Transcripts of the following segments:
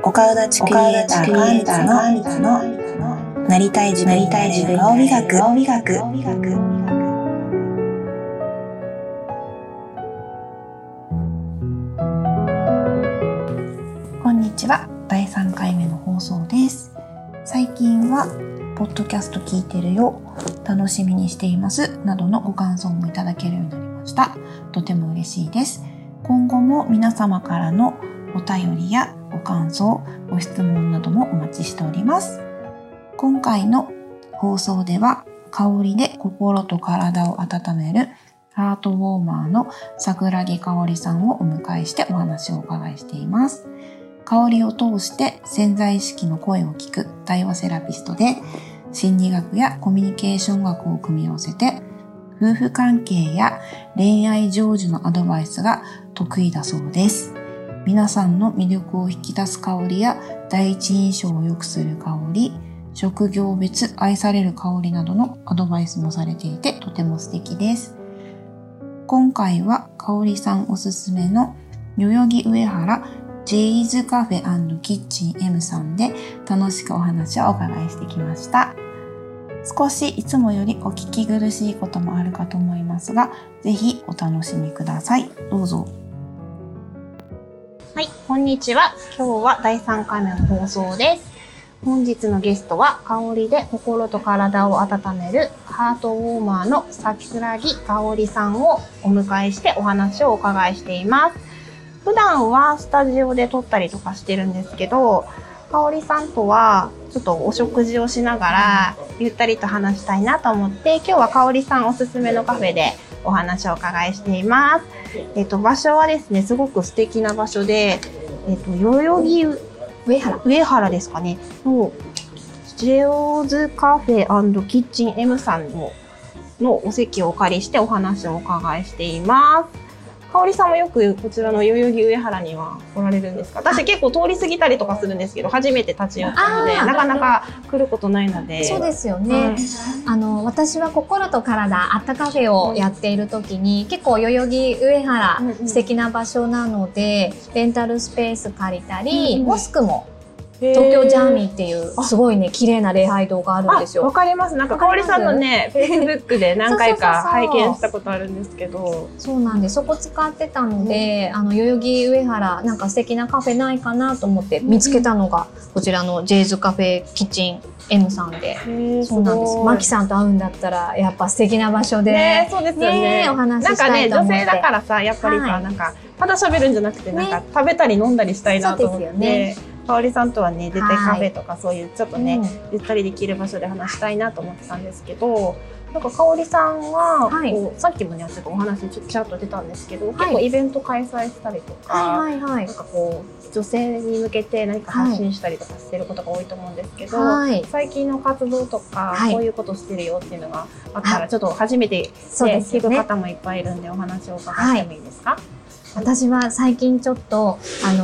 岡田地クリエイターカンタのなりたい自分顔美学。こんにちは、第3回目の放送です。最近はポッドキャスト聞いてるよ、楽しみにしていますなどのご感想もいただけるようになりました。とても嬉しいです。今後も皆様からのお便りやご感想、ご質問などもお待ちしております。今回の放送では、香りで心と体を温めるハートウォーマーの桜木香織さんをお迎えしてお話をお伺いしています。香りを通して潜在意識の声を聞く対話セラピストで、心理学やコミュニケーション学を組み合わせて、夫婦関係や恋愛成就のアドバイスが得意だそうです。皆さんの魅力を引き出す香りや第一印象を良くする香り、職業別愛される香りなどのアドバイスもされていてとても素敵です。今回は香りさんおすすめの代々木上原ジェイズカフェ&キッチン M さんで楽しくお話をお伺いしてきました。少しいつもよりお聞き苦しいこともあるかと思いますが、ぜひお楽しみください。どうぞ。はい、こんにちは。今日は第3回目の放送です。本日のゲストは香りで心と体を温めるハートウォーマーの桜木香織さんをお迎えしてお話をお伺いしています。普段はスタジオで撮ったりとかしてるんですけど、香織さんとはちょっとお食事をしながらゆったりと話したいなと思って、今日は香織さんおすすめのカフェでお話をお伺いしています。場所はですね、すごく素敵な場所で、代々木上原ですかねのジェオズカフェ&キッチン M さんのお席をお借りしてお話をお伺いしています。香織さんもよくこちらの代々木上原には来られるんですか？私結構通り過ぎたりとかするんですけど、初めて立ち寄ったのでなかなか来ることないので。 そうですよね、私は心と体あったカフェをやっている時に、結構代々木上原、素敵な場所なのでレンタルスペース借りたり、モスクも東京ジャーミーっていうすごいね綺麗な礼拝堂があるんですよ。 わかります。なんか香織さんのね、Facebook で何回か拝見したことあるんですけど。 そうなんで、そこ使ってたので、代々木上原なんか素敵なカフェないかなと思って見つけたのが、こちらのジェイズカフェキッチン M さんで。そうなんです。マキさんと会うんだったらやっぱ素敵な場所で、 ね、そうですよね。 お話ししたいと思って。 なんかね、女性だからさ、やっぱりさ、なんかただ喋るんじゃなくて、なんか食べたり飲んだりしたいなと思って。そうですよね。香織さんとはね、絶対カフェとかそういうちょっとね、ゆったりできる場所で話したいなと思ってたんですけど、なんか香織さんは、こうさっきもねちょっとお話ちらっと出たんですけど、結構イベント開催したりとか、なんかこう女性に向けて何か発信したりとかしてることが多いと思うんですけど、最近の活動とか、こういうことしてるよっていうのがあったら、ちょっと初めて聞く方もいっぱいいるんでお話を伺ってもいいですか？ 私は最近ちょっと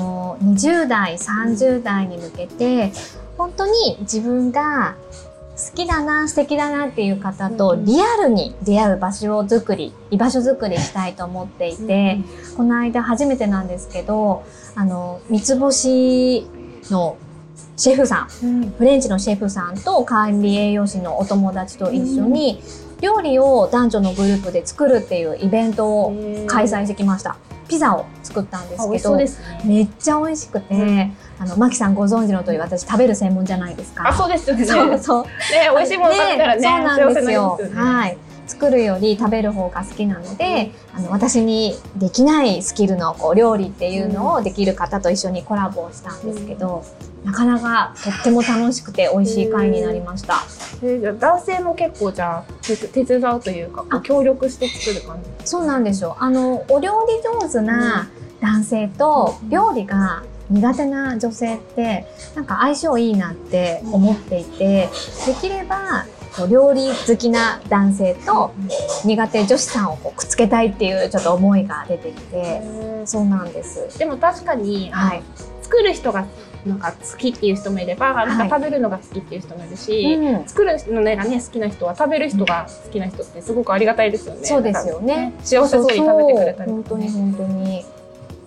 20代30代に向けて本当に自分が好きだな素敵だなっていう方とリアルに出会う居場所作りしたいと思っていて、この間初めてなんですけど三つ星のシェフさん、フレンチのシェフさんと管理栄養士のお友達と一緒に料理を男女のグループで作るっていうイベントを開催してきました。ピザを作ったんですけど、めっちゃ美味しくて、マキさんご存知の通り私食べる専門じゃないですか。 そうですよね。 そうね、美味しいもの食べたらね、 そうなんですよ。はい。作るより食べる方が好きなので、私にできないスキルの料理っていうのをできる方と一緒にコラボをしたんですけど、なかなかとっても楽しくて美味しい会になりました。 男性も結構じゃあ手伝うというか協力して作る感じ？ そうなんですよ。お料理上手な男性と料理が苦手な女性ってなんか相性いいなって思っていて、できれば料理好きな男性と苦手女子さんをくっつけたいっていうちょっと思いが出てきて、そうなんです。 でも確かに、作る人がなんか好きっていう人もいれば、なんか食べるのが好きっていう人もいるし、作るのがね好きな人は食べる人が好きな人ってすごくありがたいですよね。 そうですよね。 幸せそうに食べてくれたり、 本当に本当に。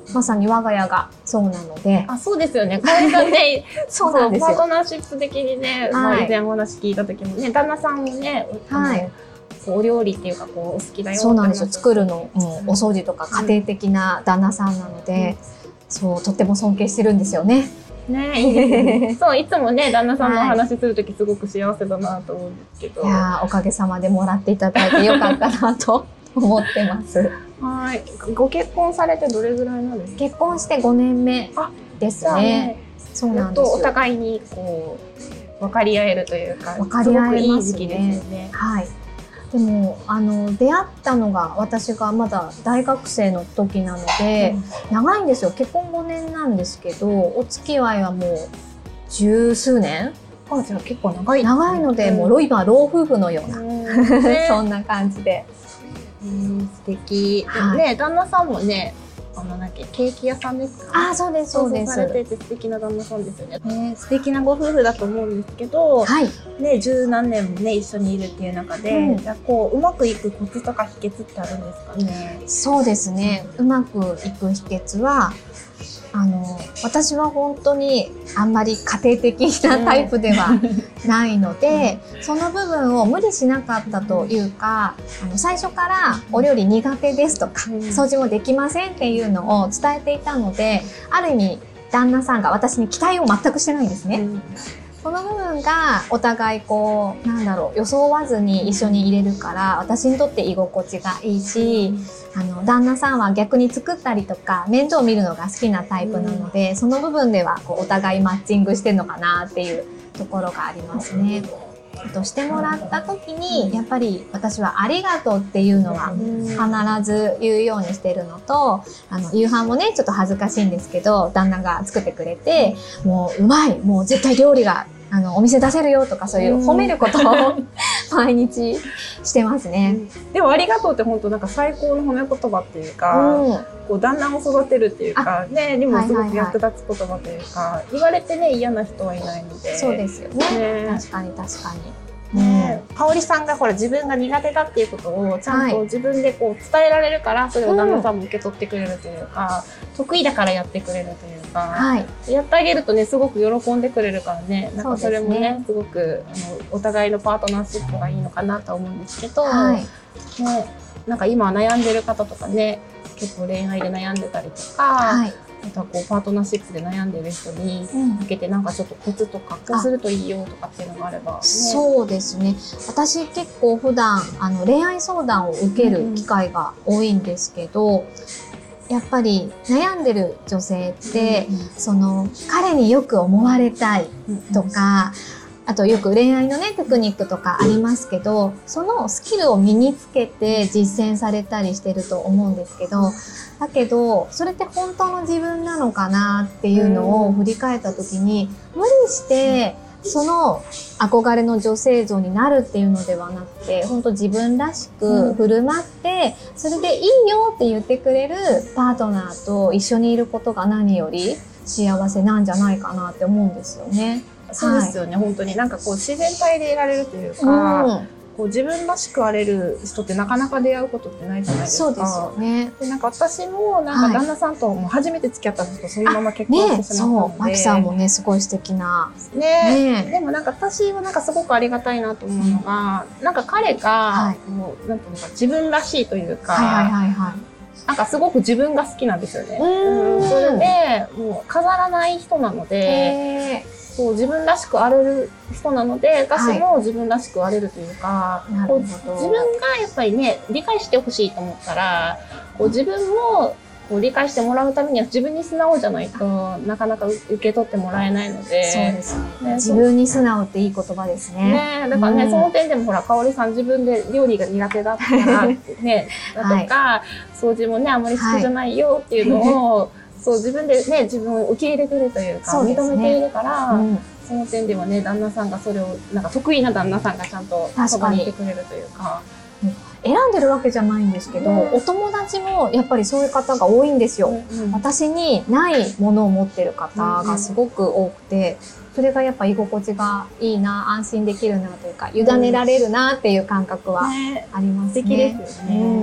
まさに我が家がそうなので。 あ、そうですよね。かおりさんね、 そうなんですよ。 パートナーシップ的にね、まあ以前お話聞いた時もね、旦那さんもね、お料理っていうかこうお好きだよ。 そうなんですよ。作るの、お掃除とか家庭的な旦那さんなので、そうとっても尊敬してるんですよね。 ね、いいですね。そう、いつもね、旦那さんのお話しするときすごく幸せだなと思うんですけど。 いやおかげさまでもらっていただいてよかったなと思ってます。 はい。ご結婚されてどれぐらいなんですか？ 結婚して5年目ですね。そうなんですよ。 お互いにこう分かり合えるというか、 分かり合えますね。 すごくいい時期ですよね。 はい。でも出会ったのが私がまだ大学生の時なので、長いんですよ。結婚5年なんですけど、お付き合いはもう十数年。 あ、じゃあ結構長い。 長いので、もう今老夫婦のようなそんな感じで。 素敵。ね、旦那さんもね、ケーキ屋さんですか？ あ、そうですそうです。 されてて素敵な旦那さんですよね。素敵なご夫婦だと思うんですけど、ね、十何年もね一緒にいるっていう中で、じゃあこううまくいくコツとか秘訣ってあるんですかね？ そうですね。うまくいく秘訣は。私は本当にあんまり家庭的なタイプではないので、その部分を無理しなかったというか、最初からお料理苦手ですとか、掃除もできませんっていうのを伝えていたので、ある意味旦那さんが私に期待を全くしてないんですね。その部分がお互いこう装わずに一緒にいれるから、私にとって居心地がいいし、旦那さんは逆に作ったりとか面倒を見るのが好きなタイプなので、その部分ではこうお互いマッチングしてるのかなっていうところがありますね。してもらった時にやっぱり私はありがとうっていうのは必ず言うようにしてるのと、夕飯もねちょっと恥ずかしいんですけど、旦那が作ってくれて、もううまい、もう絶対料理がお店出せるよとか、そういう褒めることを毎日してますね。 でもありがとうって本当なんか最高の褒め言葉っていうか、こう旦那を育てるっていうかね、にもすごく役立つ言葉というか、言われてね嫌な人はいないので。 そうですよね。確かに確かに。 かおりさんがほら自分が苦手だっていうことをちゃんと自分でこう伝えられるから、それを旦那さんも受け取ってくれるというか、得意だからやってくれるというか、やってあげるとねすごく喜んでくれるからね、なんかそれもねすごくお互いのパートナーシップがいいのかなと思うんですけど、なんか今悩んでる方とかね、結構恋愛で悩んでたりとか、あとはこうパートナーシップで悩んでる人に向けてなんかちょっとコツとかこうするといいよとかっていうのがあれば、 そうですね。私結構普段恋愛相談を受ける機会が多いんですけど、やっぱり悩んでる女性って、彼によく思われたいとか、あとよく恋愛のねテクニックとかありますけど、そのスキルを身につけて実践されたりしてると思うんですけど、だけどそれって本当の自分なのかなっていうのを振り返った時に、無理してその憧れの女性像になるっていうのではなくて、本当自分らしく振る舞って、それでいいよって言ってくれるパートナーと一緒にいることが何より幸せなんじゃないかなって思うんですよね。 そうですよね、本当になんかこう自然体でいられるというか、こう自分らしくあれる人ってなかなか出会うことってないじゃないですか。 そうですよね。 でなんか私もなんか旦那さんとも初めて付き合った人とそのまま結婚してしまったので、 マキさんもねすごい素敵なでもなんか私はなんかすごくありがたいなと思うのが、なんか彼がもうなんていうのか自分らしいというか、なんかすごく自分が好きなんですよね。それでもう飾らない人なので。そう自分らしくあれる人なので、私も自分らしくあれるというか、こう自分がやっぱりね理解してほしいと思ったら、こう自分もこう理解してもらうためには自分に素直じゃないとなかなか受け取ってもらえないので。 そうですね。自分に素直っていい言葉ですね。 だからね、その点でもほら、かおりさん自分で料理が苦手だったらね、だとか、掃除もねあまり好きじゃないよっていうのを、そう自分でね自分を受け入れてるというか、認めているから、その点ではね旦那さんがそれをなんか得意な旦那さんがちゃんとそばにいてくれるというか。 選んでるわけじゃないんですけど、お友達もやっぱりそういう方が多いんですよ。私にないものを持ってる方がすごく多くて、それがやっぱ居心地がいいな、安心できるなというか、委ねられるなっていう感覚はありますね。 素敵ですよね。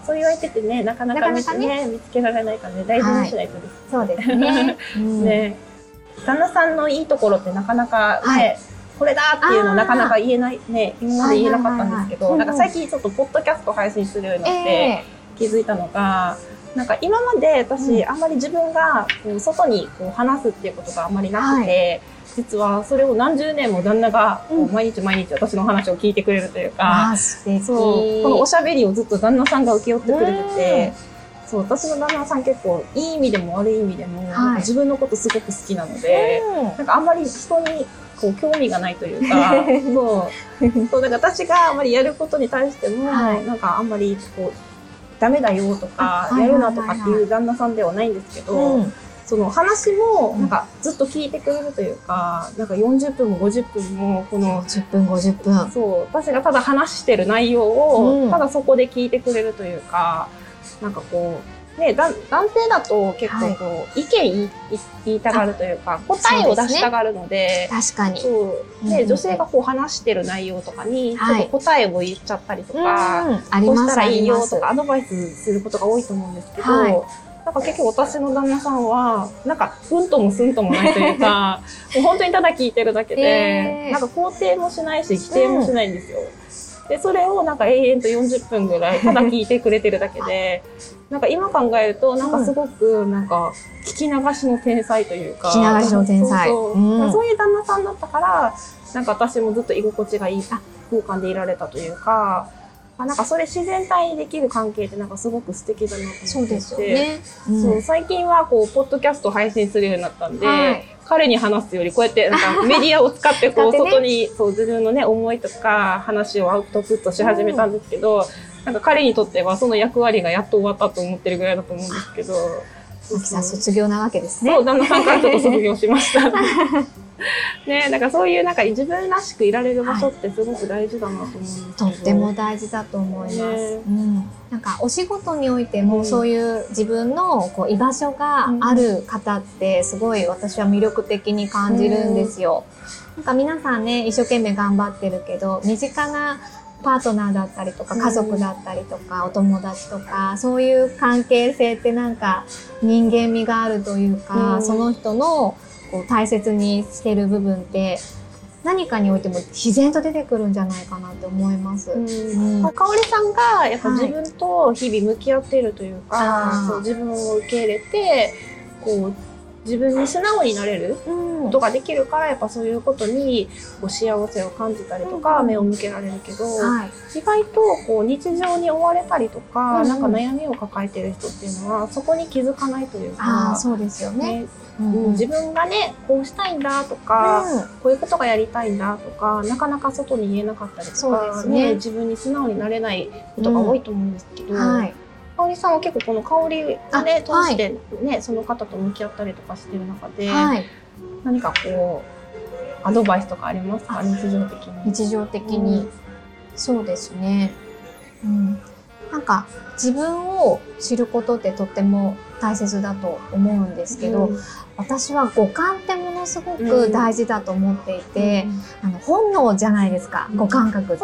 そういう相手ってね、なかなか見つけられないからね、大事にしないとです。 そうですね。 ね、旦那さんのいいところってなかなかね、これだっていうのなかなか言えないね、今まで言えなかったんですけど、なんか最近ちょっとポッドキャスト配信するようになって気づいたのが、なんか今まで私、あんまり自分がこう外にこう話すっていうことがあんまりなくて、実はそれを何十年も旦那が毎日毎日私の話を聞いてくれるというか、そうこのおしゃべりをずっと旦那さんが請け負ってくれてて、そう私の旦那さん結構いい意味でも悪い意味でも、なんか自分のことすごく好きなので、なんかあんまり人にこう興味がないというか、そうだから私があんまりやることに対しても、なんかあんまりこうダメだよとかやるなとかっていう旦那さんではないんですけど。その話もなんかずっと聞いてくれるというか、なんか40分も50分もこの 10分50分そう私がただ話してる内容をただそこで聞いてくれるというか、なんかこうね男性だと結構こう意見言いたがるというか答えを出したがるので、 確かにそうで女性がこう話してる内容とかにちょっと答えを言っちゃったりとか、こうしたらいいよとかアドバイスすることが多いと思うんですけど。なんか結構私の旦那さんは、なんか、うんともすんともないというか、もう本当にただ聞いてるだけで、なんか肯定もしないし、否定もしないんですよ。で、それをなんか永遠と40分ぐらい、ただ聞いてくれてるだけで、なんか今考えると、なんかすごく、なんか、聞き流しの天才というか。 聞き流しの天才。 そういう旦那さんだったから、なんか私もずっと居心地がいい空間でいられたというか、なんかそれ自然体にできる関係ってなんかすごく素敵だなと思ってて、 そうですよね。 そう最近はこうポッドキャスト配信するようになったんで、彼に話すよりこうやってなんかメディアを使ってこう外にそう自分のね思いとか話をアウトプットし始めたんですけど、なんか彼にとってはその役割がやっと終わったと思ってるぐらいだと思うんですけど、 マキさん卒業なわけですね。 そう旦那さんからちょっと卒業しました。ね、なんかそういうなんか自分らしくいられる場所ってすごく大事だなと思うんですけど、 とっても大事だと思います。なんかお仕事においてもそういう自分のこう居場所がある方ってすごい私は魅力的に感じるんですよ。なんか皆さんね一生懸命頑張ってるけど身近なパートナーだったりとか家族だったりとかお友達とかそういう関係性ってなんか人間味があるというか、その人のこう大切にしてる部分って何かにおいても自然と出てくるんじゃないかなって思います。 香織さんがやっぱ自分と日々向き合っているというか、そう自分を受け入れてこう自分に素直になれることができるから、やっぱそういうことにこう幸せを感じたりとか、目を向けられるけど、意外とこう日常に追われたりとか、なんか悩みを抱えてる人っていうのはそこに気づかないというか、 そうですよね。 自分がねこうしたいんだとか、こういうことがやりたいんだとか、なかなか外に言えなかったりとか、自分に素直になれないことが多いと思うんですけど。香織さんは結構この香りをね通してね、その方と向き合ったりとかしてる中で、何かこうアドバイスとかありますか？日常的に。 日常的に、そうですね。なんか自分を知ることってとっても大切だと思うんですけど、私は五感ってものすごく大事だと思っていて、本能じゃないですか、五感覚って。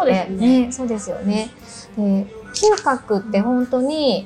そうですよね。で嗅覚って本当に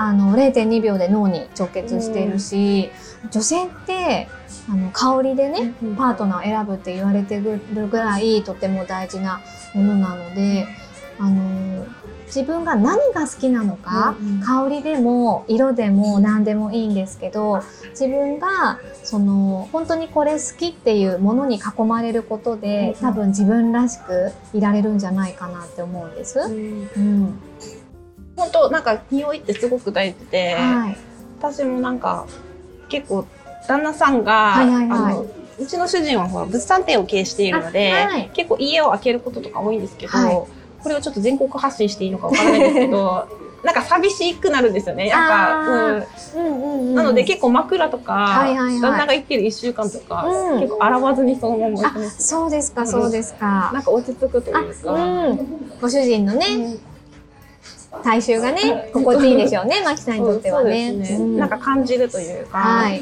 0.2 秒で脳に直結しているし、女性って香りでねパートナーを選ぶって言われてるぐらいとても大事なものなので、自分が何が好きなのか、香りでも色でも何でもいいんですけど、自分が本当にこれ好きっていうものに囲まれることで、多分自分らしくいられるんじゃないかなって思うんです。 本当なんか匂いってすごく大事で、私もなんか結構旦那さんがうちの主人は物産展を経営しているので、結構家を開けることとか多いんですけど、これをちょっと全国発信していいのかわからないんですけど、なんか寂しくなるんですよね。なので結構枕とか、旦那が行ってる1週間とか、結構洗わずにそのまま置いてます。 そうですか、そうですか。 なんか落ち着くというか。 ご主人のね、体臭がね、心地いいでしょうね、マキさんにとってはね。 なんか感じるというか。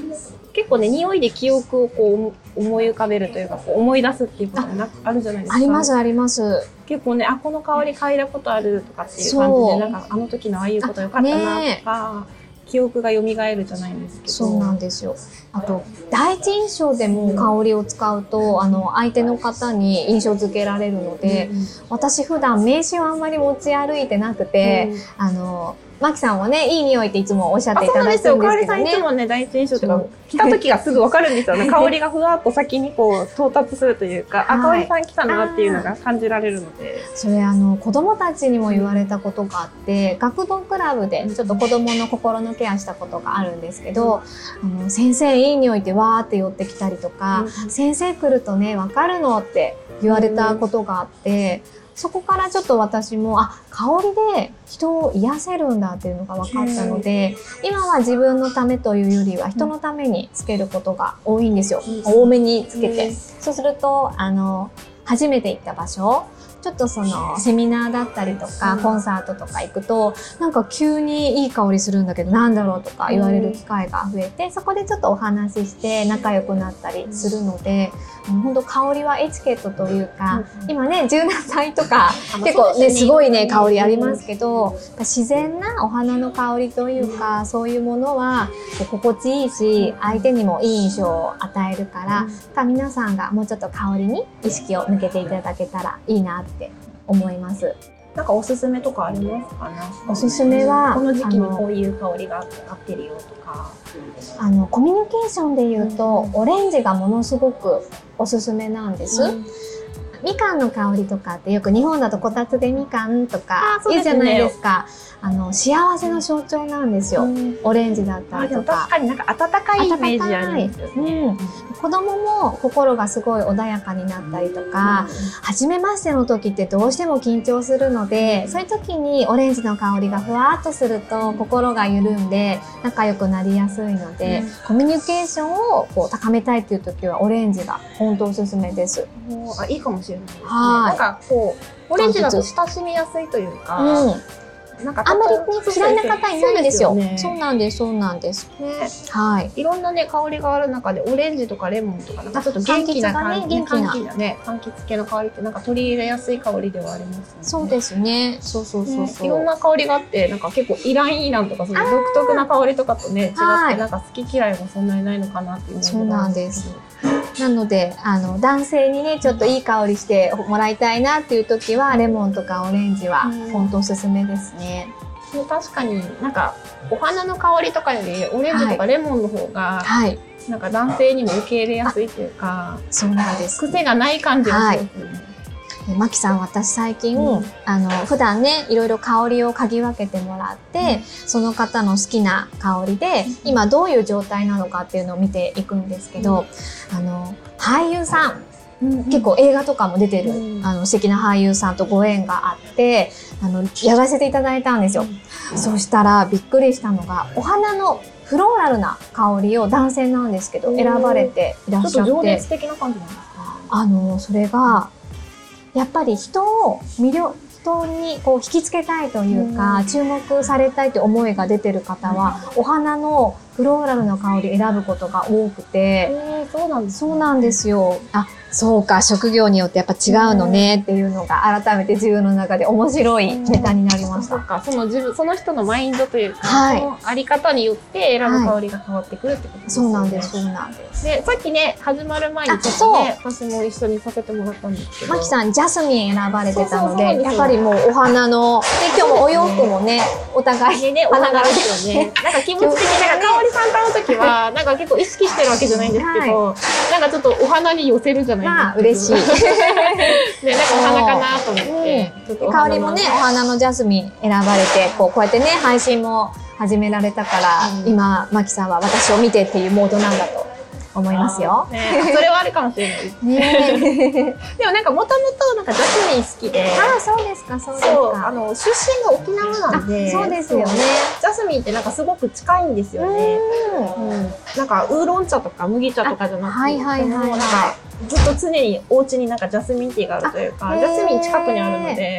結構ね、匂いで記憶をこう思い浮かべるというか、こう思い出すっていうこともあるじゃないですか。 ありますあります。 結構ね、あ、この香り嗅いだことあるとかっていう感じで、なんかあの時のああいうことよかったなとか、記憶が蘇るじゃないんですけど。 そうなんですよ。あと第一印象でも香りを使うと、相手の方に印象付けられるので、私普段名刺をあんまり持ち歩いてなくて、マキさんはね、いい匂いっていつもおっしゃっていただくんですけどね。 そうなんですよ。香織さんいつもね、第一印象とか、来た時がすぐわかるんですよね。香りがふわっと先にこう到達するというか、あ、香織さん来たなっていうのが感じられるので。 それ子供たちにも言われたことがあって、学童クラブでちょっと子供の心のケアしたことがあるんですけど、先生いい匂いってわーって寄ってきたりとか、先生来るとね、わかるのって言われたことがあって、そこからちょっと私も、香りで人を癒せるんだっていうのが分かったので、今は自分のためというよりは人のためにつけることが多いんですよ。多めにつけて。そうすると、初めて行った場所、ちょっとそのセミナーだったりとかコンサートとか行くと、なんか急にいい香りするんだけどなんだろうとか言われる機会が増えて、そこでちょっとお話しして仲良くなったりするので、本当香りはエチケットというか、今ね柔軟剤とか結構ねすごいね香りありますけど、自然なお花の香りというか、そういうものは心地いいし相手にもいい印象を与えるから、皆さんがもうちょっと香りに意識を向けていただけたらいいなって思います。 なんかおすすめとかありますかね。 おすすめはこの時期にこういう香りが合ってるよとか。 コミュニケーションで言うと、オレンジがものすごくおすすめなんです。みかんの香りとかってよく日本だとこたつでみかんとか言うじゃないですか。幸せの象徴なんですよ。オレンジだったりとか。 確かになんか温かいイメージありますよね。 子供も心がすごい穏やかになったりとか、初めましての時ってどうしても緊張するので、そういう時にオレンジの香りがふわっとすると心が緩んで仲良くなりやすいので、コミュニケーションをこう高めたいっていう時はオレンジが本当おすすめです。 いいかもしれないですね。なんかこうオレンジだと親しみやすいというか。 なんかあんまりね嫌いな方いないんですよ。そうなんです、そうなんです。はい。 いろんなね香りがある中でオレンジとかレモンとかなんかちょっと元気な感じ、元気なね柑橘系の香りってなんか取り入れやすい香りではありますね。 そうですね。そうそうそうそう。 いろんな香りがあってなんか結構イランイランとかそういう独特な香りとかとね違ってなんか好き嫌いもそんなにないのかなっていう。 そうなんです。なので男性にねちょっといい香りしてもらいたいなっていう時はレモンとかオレンジは本当おすすめですね。 確かになんかお花の香りとかよりオレンジとかレモンの方が、なんか男性にも受け入れやすいというか、 そうなんです。 癖がない感じがしますね。 マキさん、私最近、普段ねいろいろ香りを嗅ぎ分けてもらって、その方の好きな香りで、今どういう状態なのかっていうのを見ていくんですけど、俳優さん、結構映画とかも出てる、素敵な俳優さんとご縁があってやらせていただいたんですよ。そしたらびっくりしたのが、お花のフローラルな香りを男性なんですけど選ばれていらっしゃって、 ちょっと情熱的な感じなんですか？ それがやっぱり人にこう引きつけたいというか、注目されたいという思いが出てる方は、お花のフローラルな香り選ぶことが多くて、そうなんですよ。そうか、職業によってやっぱ違うのねっていうのが改めて自分の中で面白いネタになりました。 その人のマインドというか、そのあり方によって選ぶ香りが変わってくるってことですね。 そうなんです、そうなんです。 で、さっきね、始まる前にちょっとね、私も一緒にさせてもらったんですけど。 マキさん、ジャスミン選ばれてたので、やっぱりもうお花の、今日もお洋服もね、お互いね、お花柄ですよね。なんか気持ち的に、なんか香織さんと会うときは、なんか結構意識してるわけじゃないんですけど、なんかちょっとお花に寄せるじゃないですか。 嬉しい。 ね、なんかお花かなと思って、 香りもね、お花のジャスミン選ばれて、こうやってね、配信も始められたから、今、マキさんは私を見てっていうモードなんだと思いますよ。 それはあるかもしれないですね。でもなんかもともとなんかジャスミン好きで。 そうですか、そうですか。 出身が沖縄なんで。 そうですよね。 ジャスミンってなんかすごく近いんですよね。なんかウーロン茶とか麦茶とかじゃなくて、なんかずっと常にお家になんかジャスミンティーがあるというか、ジャスミン近くにあるので、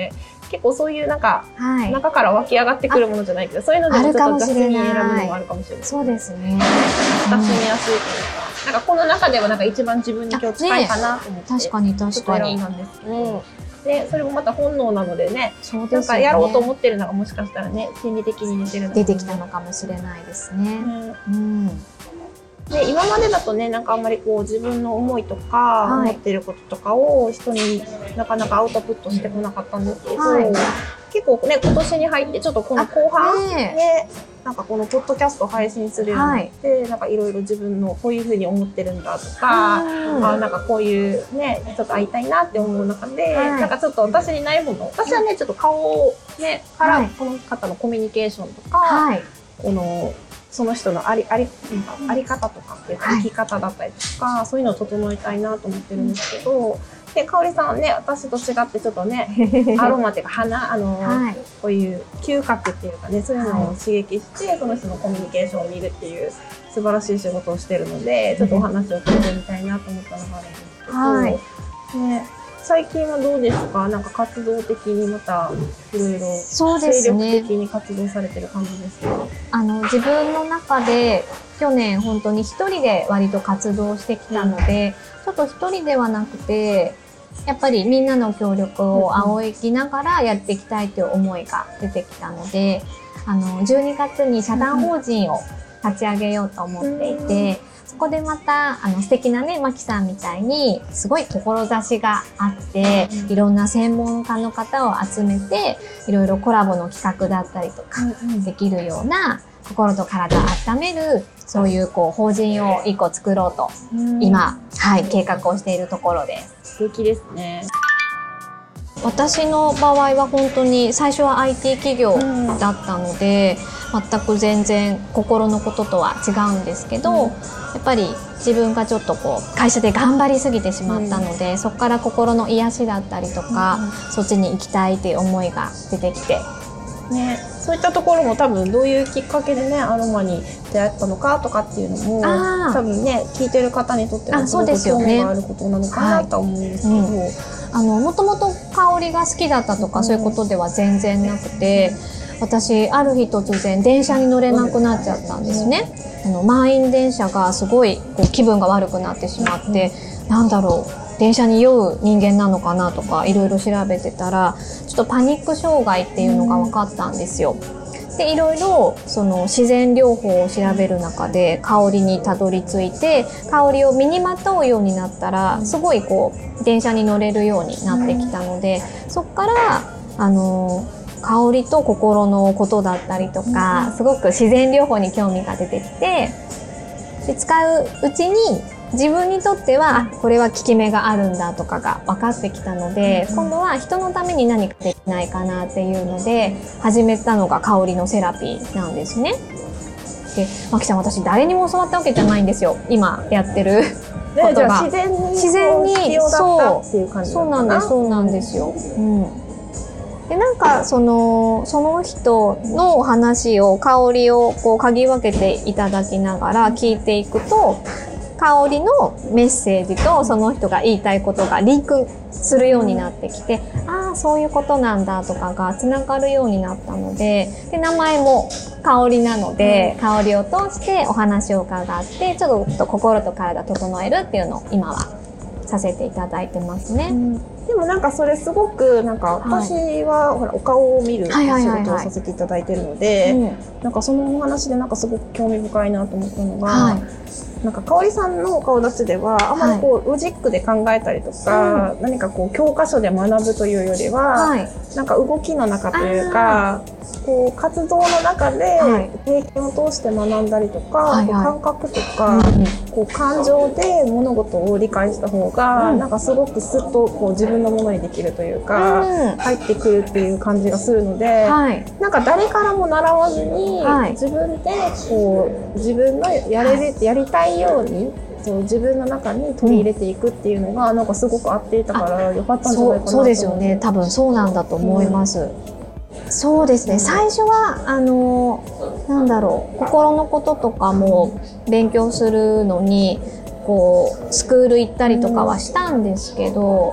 結構そういうなんか、 はい、 中から湧き上がってくるものじゃないけど、そういうのでもちょっと雑に選ぶのもあるかもしれない。 そうですね。 親しみやすいというか、なんかこの中ではなんか一番自分に今日近いかなと思って、 確かに確かに。 選んだんですけど、でそれもまた本能なのでね、 そうですよね、 なんかやろうと思ってるのがもしかしたらね、心理的に出てきたのかもしれないですね。 で今までだとね、なんかあんまりこう自分の思いとか、思ってることとかを人になかなかアウトプットしてこなかったんですけど、結構ね、今年に入ってちょっとこの後半ね、なんかこのポッドキャストを配信するようになって、なんかいろいろ自分のこういうふうに思ってるんだとか、なんかこういうね、ちょっと会いたいなって思う中で、なんかちょっと私にないもの、私はね、ちょっと顔をね、からこの方のコミュニケーションとか、このその人のあり方とかっていうか、生き方だったりとか、そういうのを整えたいなと思ってるんですけど、で、かおりさんね、私と違ってちょっとね、アロマっていうか花、こういう嗅覚っていうかね、そういうのを刺激して、その人のコミュニケーションを見るっていう素晴らしい仕事をしてるので、ちょっとお話を聞いてみたいなと思ったのがあるんですけど、ね、最近はどうですか？なんか活動的にまたいろいろ精力的に活動されてる感じですか？ 自分の中で去年本当に一人で割と活動してきたので、ちょっと一人ではなくて、やっぱりみんなの協力を仰ぎながらやっていきたいという思いが出てきたので、12月に社団法人を立ち上げようと思っていて、そこでまた素敵なね、マキさんみたいにすごい志があって、いろんな専門家の方を集めて、いろいろコラボの企画だったりとかできるような、心と体を温める、そういう法人を一個作ろうと、今、計画をしているところです。 素敵ですね。 私の場合は本当に最初は IT 企業だったので、全く全然心のこととは違うんですけど、やっぱり自分がちょっと会社で頑張りすぎてしまったので、そこから心の癒しだったりとか、そっちに行きたいっていう思いが出てきて、 ね、そういったところも多分どういうきっかけでね、アロマに出会ったのかとかっていうのも多分ね、聞いてる方にとってはすごく興味があることなのかなと思うんですけど、 もともと香りが好きだったとかそういうことでは全然なくて、私ある日突然電車に乗れなくなっちゃったんですね。満員電車がすごい気分が悪くなってしまって、なんだろう、電車に酔う人間なのかなとかいろいろ調べてたら、ちょっとパニック障害っていうのが分かったんですよ。でいろいろその自然療法を調べる中で香りにたどり着いて、香りを身にまとうようになったらすごい電車に乗れるようになってきたので、そっから香りと心のことだったりとか、すごく自然療法に興味が出てきて、で使ううちに自分にとってはこれは効き目があるんだとかが分かってきたので、今度は人のために何かできないかなっていうので始めたのが香りのセラピーなんですね。で、マキさん、私誰にも教わったわけじゃないんですよ、今やってることが。 自然に必要だったっていう感じなのかな。 そうなんですよ。でなんかその人のお話を、香りを嗅ぎ分けていただきながら聞いていくと、香りのメッセージとその人が言いたいことがリンクするようになってきて、ああそういうことなんだとかがつながるようになったので、名前も香りなので、香りを通してお話を伺ってちょっと心と体整えるっていうのを今はさせていただいてますね。 でもなんかそれすごくなんか私はほらお顔を見る仕事をさせていただいてるので、なんかそのお話でなんかすごく興味深いなと思ったのが、なんか香織さんのお顔立ちではあまりロジックで考えたりとか、何か教科書で学ぶというよりは、なんか動きの中というか、活動の中で経験を通して学んだりとか、感覚とか、感情で物事を理解した方が、なんかすごくスッと自分のものにできるというか、入ってくるっていう感じがするので、なんか誰からも習わずに、自分で自分のやりたいように自分の中に取り入れていくっていうのがなんかすごく合っていたからよかったんじゃないかなと思って。 そうですよね。多分そうなんだと思います。そうですね。最初はなんだろう、心のこととかも勉強するのにスクール行ったりとかはしたんですけど、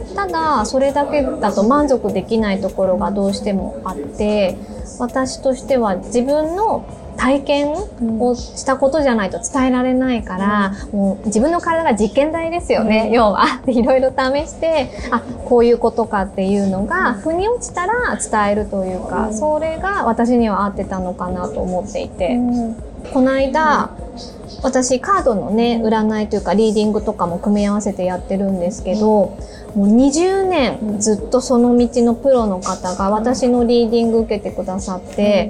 ただそれだけだと満足できないところがどうしてもあって、私としては自分の体験をしたことじゃないと伝えられないから、もう自分の体が実験台ですよね、要は。いろいろ試して、こういうことかっていうのが腑に落ちたら伝えるというか、それが私には合ってたのかなと思っていて、この間私カードのね占いというかリーディングとかも組み合わせてやってるんですけど、もう20年ずっとその道のプロの方が私のリーディング受けてくださって、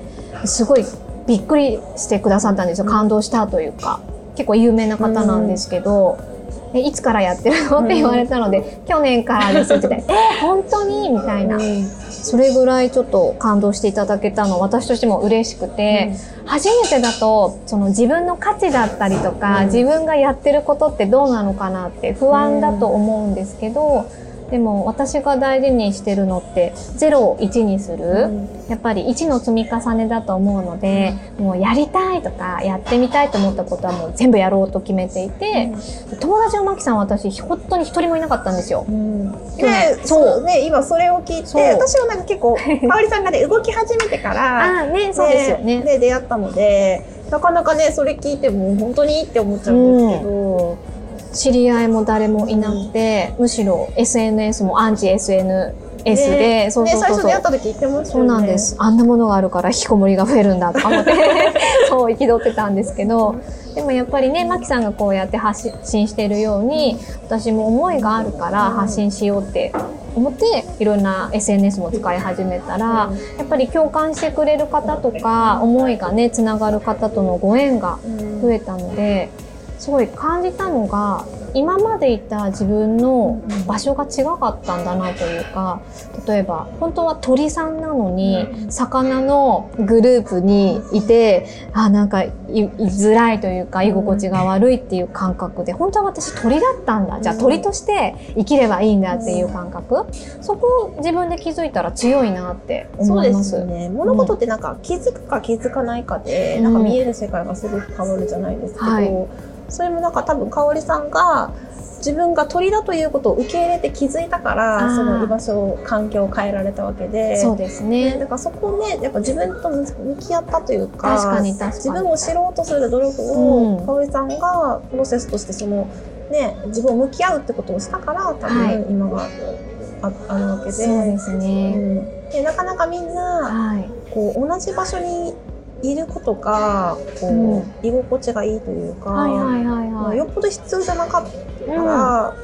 すごいびっくりしてくださったんですよ。感動したというか、結構有名な方なんですけど、いつからやってるのって言われたので、去年からですって言って本当にみたいな、それぐらいちょっと感動していただけたの私としても嬉しくて、初めてだとその自分の価値だったりとか、自分がやってることってどうなのかなって不安だと思うんですけど、でも私が大事にしてるのって0を1にする、やっぱり1の積み重ねだと思うので、もうやりたいとかやってみたいと思ったことはもう全部やろうと決めていて、友達のマキさんは私本当に一人もいなかったんですよ。 そうね、今それを聞いて、私はなんか結構香織さんがね動き始めてからそうですよね。 で出会ったので、なかなかねそれ聞いても本当にって思っちゃうんですけど、 知り合いも誰もいなくて、むしろ SNS もアンチ SNS で、 最初出会った時言ってましたよね。 そうなんです。あんなものがあるから引きこもりが増えるんだとか思ってそう憤ってたんですけど、でもやっぱりね、マキさんがこうやって発信しているように、私も思いがあるから発信しようって思っていろんな SNS も使い始めたら、やっぱり共感してくれる方とか思いがねつながる方とのご縁が増えたので、すごい感じたのが、今までいた自分の場所が違かったんだなというか、例えば本当は鳥さんなのに魚のグループにいて、なんか居づらいというか居心地が悪いっていう感覚で、本当は私鳥だったんだ、じゃあ鳥として生きればいいんだっていう感覚、そこを自分で気づいたら強いなって思います。 そうですね。物事ってなんか気づくか気づかないかで、なんか見える世界がすごく変わるじゃないですけど、それもなんか多分香織さんが自分が鳥だということを受け入れて気づいたから、その居場所環境を変えられたわけで、 そうですね。 だからそこをね、やっぱ自分と向き合ったというか、 確かに自分を知ろうとする努力を、香織さんがプロセスとしてそのね、自分を向き合うってことをしたから、多分今があるわけで、 そうですね。 でなかなかみんな、こう同じ場所にいることがこう、居心地がいいというか、よっぽど必要じゃなかったから、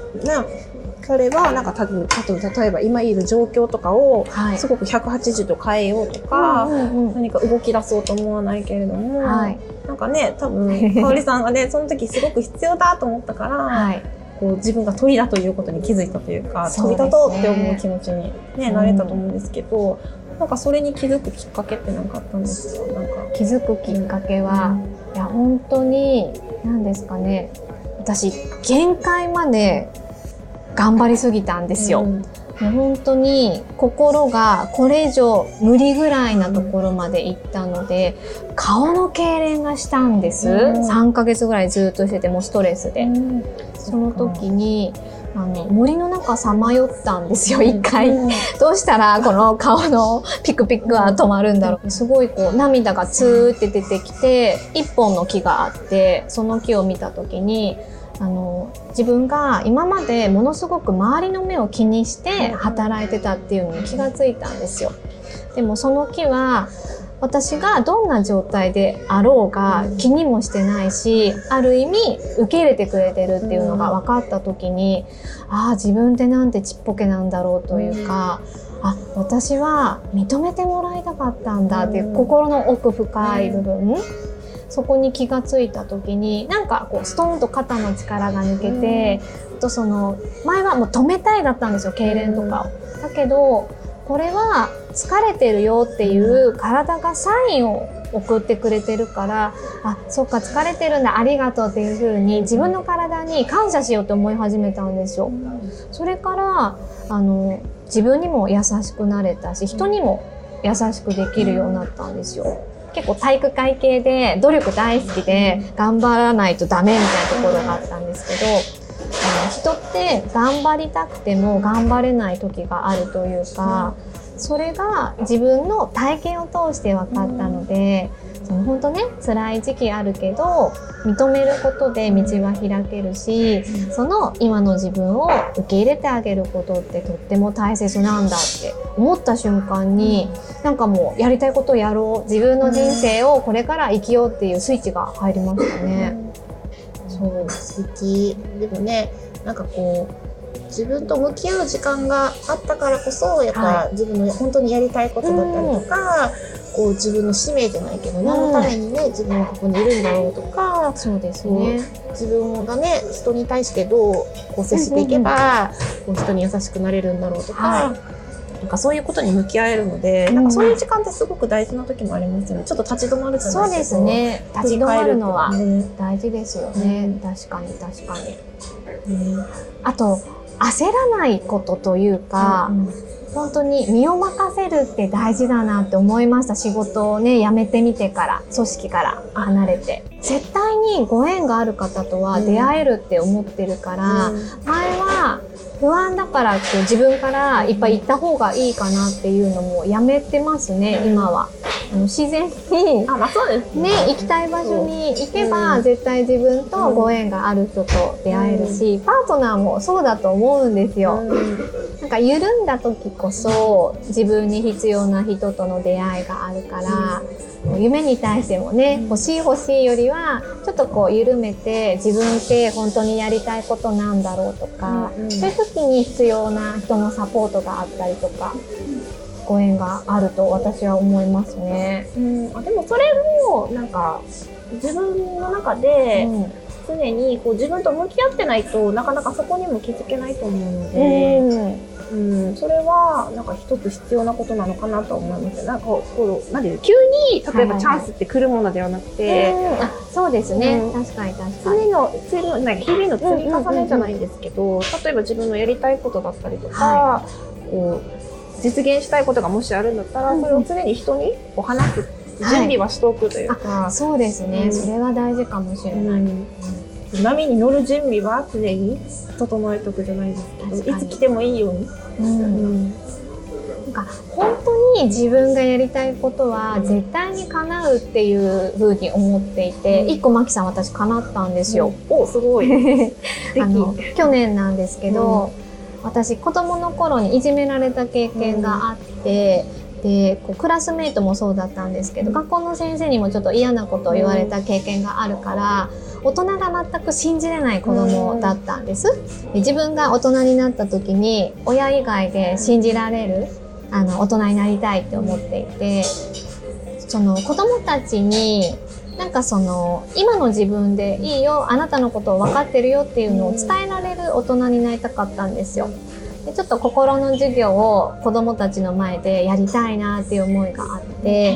それはなんか例えば今いる状況とかをすごく180度変えようとか、何か動き出そうと思わないけれども、なんかね、多分香織さんがねその時すごく必要だと思ったから、こう自分が鳥だということに気づいたというか、飛び立とうって思う気持ちに、なれたと思うんですけど、なんかそれに気づくきっかけって何かあったんですか？なんか気づくきっかけは、いや本当に何ですかね、私限界まで頑張りすぎたんですよ。もう本当に心がこれ以上無理ぐらいなところまで行ったので、顔の痙攣がしたんです。3ヶ月ぐらいずっとしてて、もうストレスで。その時に森の中さまよったんですよ、一回。どうしたらこの顔のピクピクは止まるんだろう。すごいこう涙がツーって出てきて、一本の木があって、その木を見た時に自分が今までものすごく周りの目を気にして働いてたっていうのに気がついたんですよ。でもその木は私がどんな状態であろうが気にもしてないし、ある意味受け入れてくれてるっていうのが分かった時に、自分ってなんてちっぽけなんだろうというか、私は認めてもらいたかったんだっていう心の奥深い部分、そこに気がついた時に、なんかこうストーンと肩の力が抜けて、とその前はもう止めたいだったんですよ、痙攣とかを。だけどこれは疲れてるよっていう体がサインを送ってくれてるから、そっか疲れてるんだ、ありがとうっていう風に自分の体に感謝しようと思い始めたんですよ。それから自分にも優しくなれたし、人にも優しくできるようになったんですよ。結構体育会系で努力大好きで頑張らないとダメみたいなところがあったんですけど、 人って頑張りたくても頑張れない時があるというか、それが自分の体験を通して分かったので、本当ね辛い時期あるけど認めることで道は開けるし、その今の自分を受け入れてあげることってとっても大切なんだって思った瞬間に、なんかもうやりたいことをやろう、自分の人生をこれから生きようっていうスイッチが入りましたね。 そう素敵。でもね、なんかこう自分と向き合う時間があったからこそ、やっぱ自分の本当にやりたいことだったりとか、こう自分の使命じゃないけど、何のためにね自分はここにいるんだろうとか、 そうですね。 自分がね人に対してどうこう接していけば、こう人に優しくなれるんだろうとか、なんかそういうことに向き合えるので、なんかそういう時間ってすごく大事な時もありますよね。ちょっと立ち止まるじゃないですか。 そうですね。立ち止まるのは大事ですよね。確かに確かに。あと焦らないことというか、本当に身を任せるって大事だなって思いました。仕事をね辞めてみてから、組織から離れて、絶対にご縁がある方とは出会えるって思ってるから、前は不安だからこう自分からいっぱい行った方がいいかなっていうのもやめてますね、今は。自然にそうですね、行きたい場所に行けば、絶対自分とご縁がある人と出会えるし、パートナーもそうだと思うんですよ。なんか緩んだ時こそ自分に必要な人との出会いがあるから、夢に対してもね、欲しいよりはちょっとこう緩めて、自分って本当にやりたいことなんだろうとか、そういう時に必要な人のサポートがあったりとか、ご縁があると私は思いますね。 でもそれもなんか自分の中で常にこう自分と向き合ってないとなかなかそこにも気づけないと思うので、それはなんか一つ必要なことなのかなと思います。なんかこうなんで急に例えばチャンスって来るものではなくて、 そうですね、確かに確かに。 なんか日々の積み重ねじゃないんですけど、例えば自分のやりたいことだったりとか、こう実現したいことがもしあるんだったら、それを常に人にこう話す準備はしておくというか、 そうですね、それは大事かもしれない。 波に乗る準備は常に整えておくじゃないですけど、いつ来てもいいように。 なんか本当に自分がやりたいことは絶対に叶うっていう風に思っていて、一個マキさん私叶ったんですよ。 すごい去年なんですけど、私子供の頃にいじめられた経験があって、でこうクラスメイトもそうだったんですけど、学校の先生にもちょっと嫌なことを言われた経験があるから、大人が全く信じれない子供だったんです。で自分が大人になった時に親以外で信じられる大人になりたいって思っていて、その子供たちになんかその今の自分でいいよ、あなたのことを分かってるよっていうのを伝えられる大人になりたかったんですよ。でちょっと心の授業を子供たちの前でやりたいなっていう思いがあって、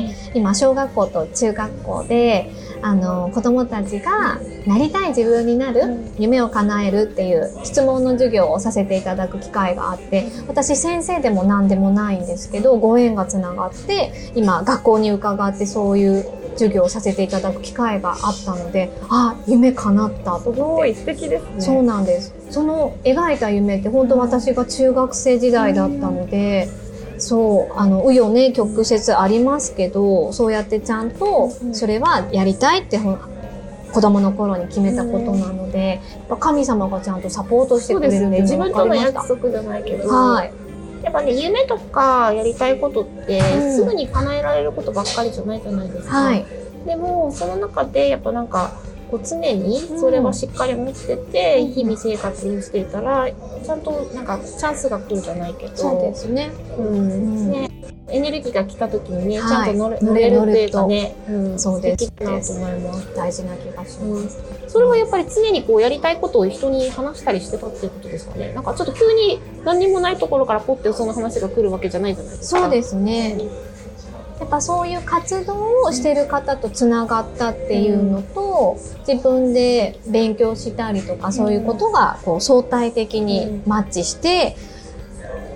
今小学校と中学校で子供たちがなりたい自分になる、夢を叶えるっていう質問の授業をさせていただく機会があって、私先生でも何でもないんですけど、ご縁がつながって今学校に伺ってそういう授業をさせていただく機会があったので、夢叶ったと思って。 すごい素敵ですね。 そうなんです。その描いた夢って本当私が中学生時代だったので、そう紆余ね曲折ありますけど、そうやってちゃんとそれはやりたいって子供の頃に決めたことなので、やっぱ神様がちゃんとサポートしてくれるっていうのが分かりました。 自分との約束じゃないけど、やっぱね夢とかやりたいことってすぐに叶えられることばっかりじゃないじゃないですか。でもその中でやっぱなんかこう常にそれはしっかり持ってて、日々生活をしていたらちゃんとなんかチャンスが来るじゃないけど、 そうですね。 エネルギーが来た時にね、ちゃんと乗れるっていうかね、 そうです。 素敵だなと思います。 大事な気がします。 それはやっぱり常にこうやりたいことを人に話したりしてたっていうことですかね。なんかちょっと急に何にもないところからポッてその話が来るわけじゃないじゃないですか。 そうですね。やっぱそういう活動をしてる方とつながったっていうのと、自分で勉強したりとか、そういうことがこう相対的にマッチして、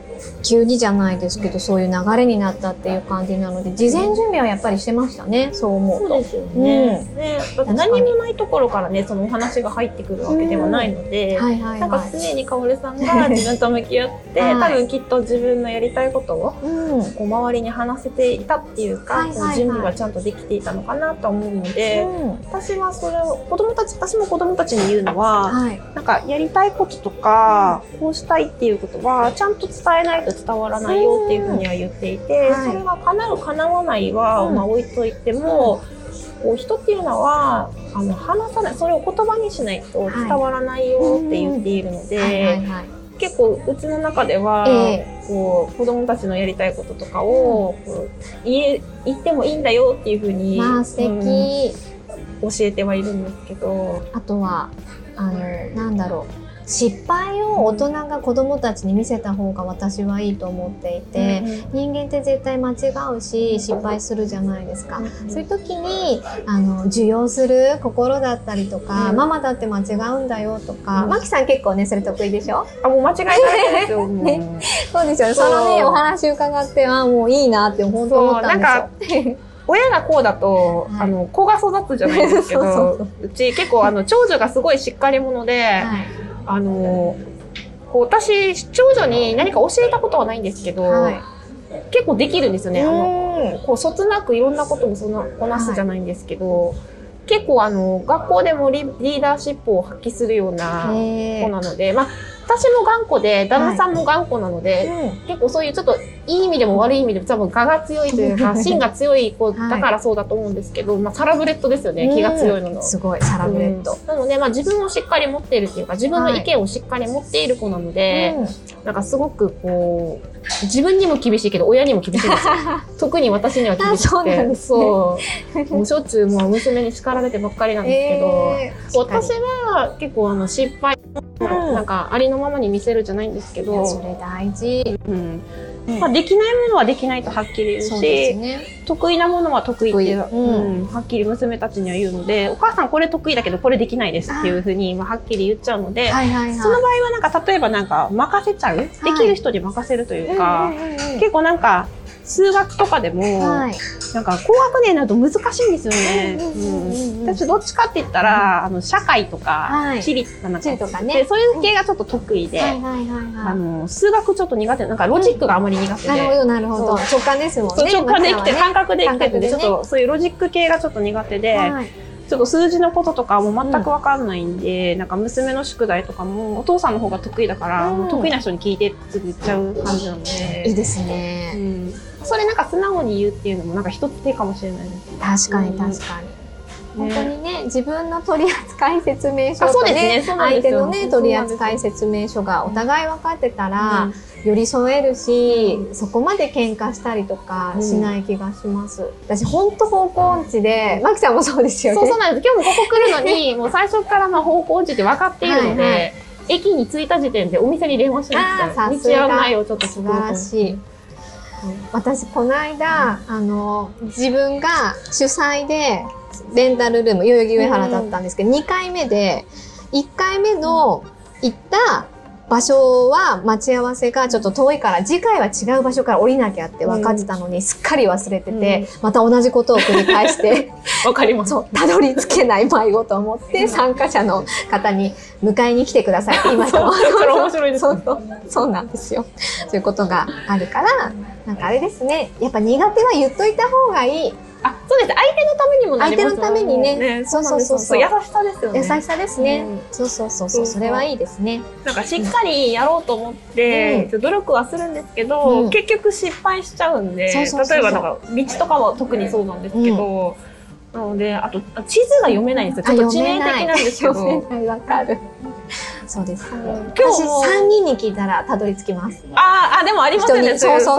急にじゃないですけど、そういう流れになったっていう感じなので、事前準備はやっぱりしてましたね、そう思うと。 そうですよね。だって何もないところからね、そのお話が入ってくるわけではないので、なんか常にかおるさんが自分と向き合って、多分きっと自分のやりたいことをこう周りに話せていたっていうか、準備がちゃんとできていたのかなと思うので、私はそれを私も子供たちに言うのは、なんかやりたいこととか、こうしたいっていうことはちゃんと伝えないと伝わらないよっていうふうには言っていて、それが叶う叶わないは置いといても、こう人っていうのは話さない、それを言葉にしないと伝わらないよって言っているので、結構うちの中では、こう子供たちのやりたいこととかをこう言ってもいいんだよっていうふうに、 素敵、 教えてはいるんですけど、 あとはなんだろう、失敗を大人が子どもたちに見せた方が私はいいと思っていて、人間って絶対間違うし失敗するじゃないですか。そういう時に受容する心だったりとか、ママだって間違うんだよとか、マキさん結構ねそれ得意でしょ。 もう間違いないですよ。 そうですよね。そのねお話伺ってもういいなって本当思ったんですよ。 親がこうだと、子が育つじゃないですけど、うち結構長女がすごいしっかり者で、こう私長女に何か教えたことはないんですけど、結構できるんですよね。こうそつなくいろんなこともこなすじゃないんですけど、結構学校でもリーダーシップを発揮するような子なので、私も頑固で旦那さんも頑固なので、結構そういうちょっといい意味でも悪い意味でも多分我が強いというか芯が強い子だからそうだと思うんですけど、サラブレッドですよね、気が強いの。 すごいサラブレッド。 なので自分をしっかり持っているっていうか、自分の意見をしっかり持っている子なので、なんかすごくこう自分にも厳しいけど親にも厳しいんですよ。特に私には厳しくて、そうもうしょっちゅうもう娘に叱られてばっかりなんですけど、私は結構失敗なんかありのままに見せるじゃないんですけど、 それ大事。 できないものはできないとはっきり言うし、得意なものは得意ってはっきり娘たちには言うので、お母さんこれ得意だけどこれできないですっていうふうにはっきり言っちゃうので、その場合はなんか例えばなんか任せちゃう、できる人に任せるというか、結構なんか数学とかでも、なんか高学年になると難しいんですよね。私どっちかって言ったら社会とか地理とかね、そういう系がちょっと得意で、数学ちょっと苦手、なんかロジックがあまり苦手で。 なるほどなるほど。直感ですもんね。 直感で生きて感覚で生きてるんで、ちょっとそういうロジック系がちょっと苦手で。ちょっと数字のこととかも全く分かんないんで、なんか娘の宿題とかもお父さんの方が得意だから、得意な人に聞いてって言っちゃう感じなので。 いいですね。 それなんか素直に言うっていうのもなんか一つ手かもしれないです。 確かに確かに。本当にね、自分の取扱説明書とね、相手のね取扱説明書がお互い分かってたら寄り添えるし、そこまで喧嘩したりとかしない気がします。私本当方向音痴で、マキさんもそうですよね。 そうなんです。今日もここ来るのにもう最初から方向音痴って分かっているので、駅に着いた時点でお店に電話しました。道案内をちょっと素晴らしい。私この間自分が主催でレンタルルーム代々木上原だったんですけど、2回目で1回目の行った場所は待ち合わせがちょっと遠いから次回は違う場所から降りなきゃって分かってたのに、すっかり忘れてて、また同じことを繰り返してわかります。 そう、たどり着けない迷子と思って参加者の方に迎えに来てくださいって言いました。 それ面白いですね。 そうなんですよ。そういうことがあるから、なんかあれですね、やっぱ苦手は言っといた方がいい。 そうです。相手のためにもなりますよね。 相手のためにね。そう。 優しさですよね。 優しさですね。そう。それはいいですね。 なんかしっかりやろうと思って努力はするんですけど、結局失敗しちゃうんで、例えばなんか道とかは特にそうなんですけど、なのであと地図が読めないんですよ。ちょっと致命的なんですけど。 読めない、わかる。そうです。私3人に聞いたらたどり着きます。 でもありますよね。 そう。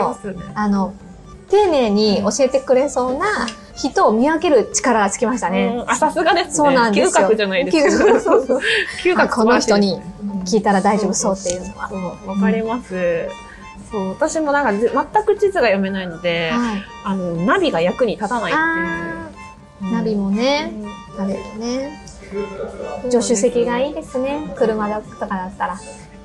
丁寧に教えてくれそうな人を見分ける力がつきましたね。 さすがですね。 そうなんですよ。 嗅覚じゃないですか。 嗅覚この人に聞いたら大丈夫そうっていうのは。 わかります。そう、私もなんか全く地図が読めないので、ナビが役に立たないっていう。 ナビもね、あれよね。助手席がいいですね。車とかだったら。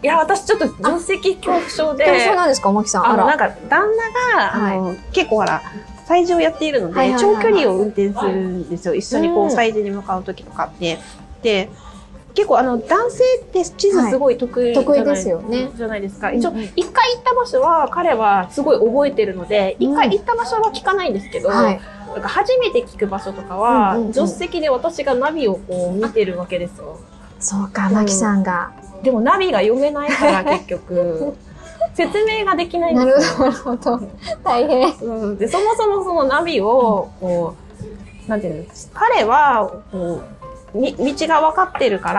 いや、私ちょっと助手席恐怖症で。 そうなんですか、おまきさん。 なんか、旦那が、結構ほら、催事をやっているので、長距離を運転するんですよ。一緒にこう、催事に向かう時とかって。で、結構男性って地図すごい得意ですよね。 じゃないですか。一応、一回行った場所は彼はすごい覚えてるので、一回行った場所は聞かないんですけど、なんか初めて聞く場所とかは、助手席で私がナビをこう見てるわけですよ。 そうか、まきさんが。 でもナビが読めないから結局、説明ができないんですよ。 なるほど。大変。 で、そもそもそのナビを、こう、なんていうの、彼は、こう、道が分かってるから、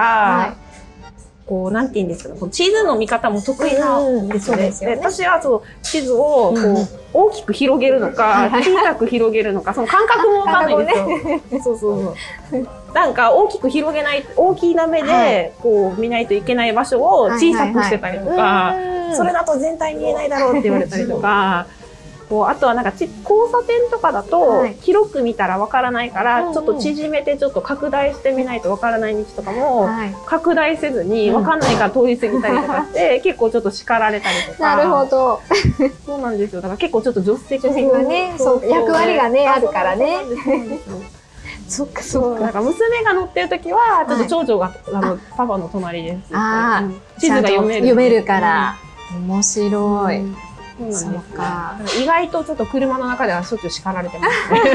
こう、なんて言うんですかね、地図の見方も得意なんですよね。で、私はそう、地図を、こう、大きく広げるのか、小さく広げるのか、その感覚も分かんないんですよ。そう。なんか、大きく広げない、大きな目で、こう、見ないといけない場所を小さくしてたりとか、それだと全体見えないだろうって言われたりとか、こうあとはなんか交差点とかだと広く見たらわからないからちょっと縮めてちょっと拡大してみないとわからない道とかも拡大せずにわかんないから通り過ぎたりとかして結構ちょっと叱られたりとか。 なるほど。 そうなんですよ。だから結構ちょっと助手席がね、そう役割がねあるからね。 そっかそっか。なんか娘が乗ってる時はちょっと長女がパパの隣です。地図が読めるから。面白い。 そうか。意外とちょっと車の中ではしょっちゅう叱られてますね。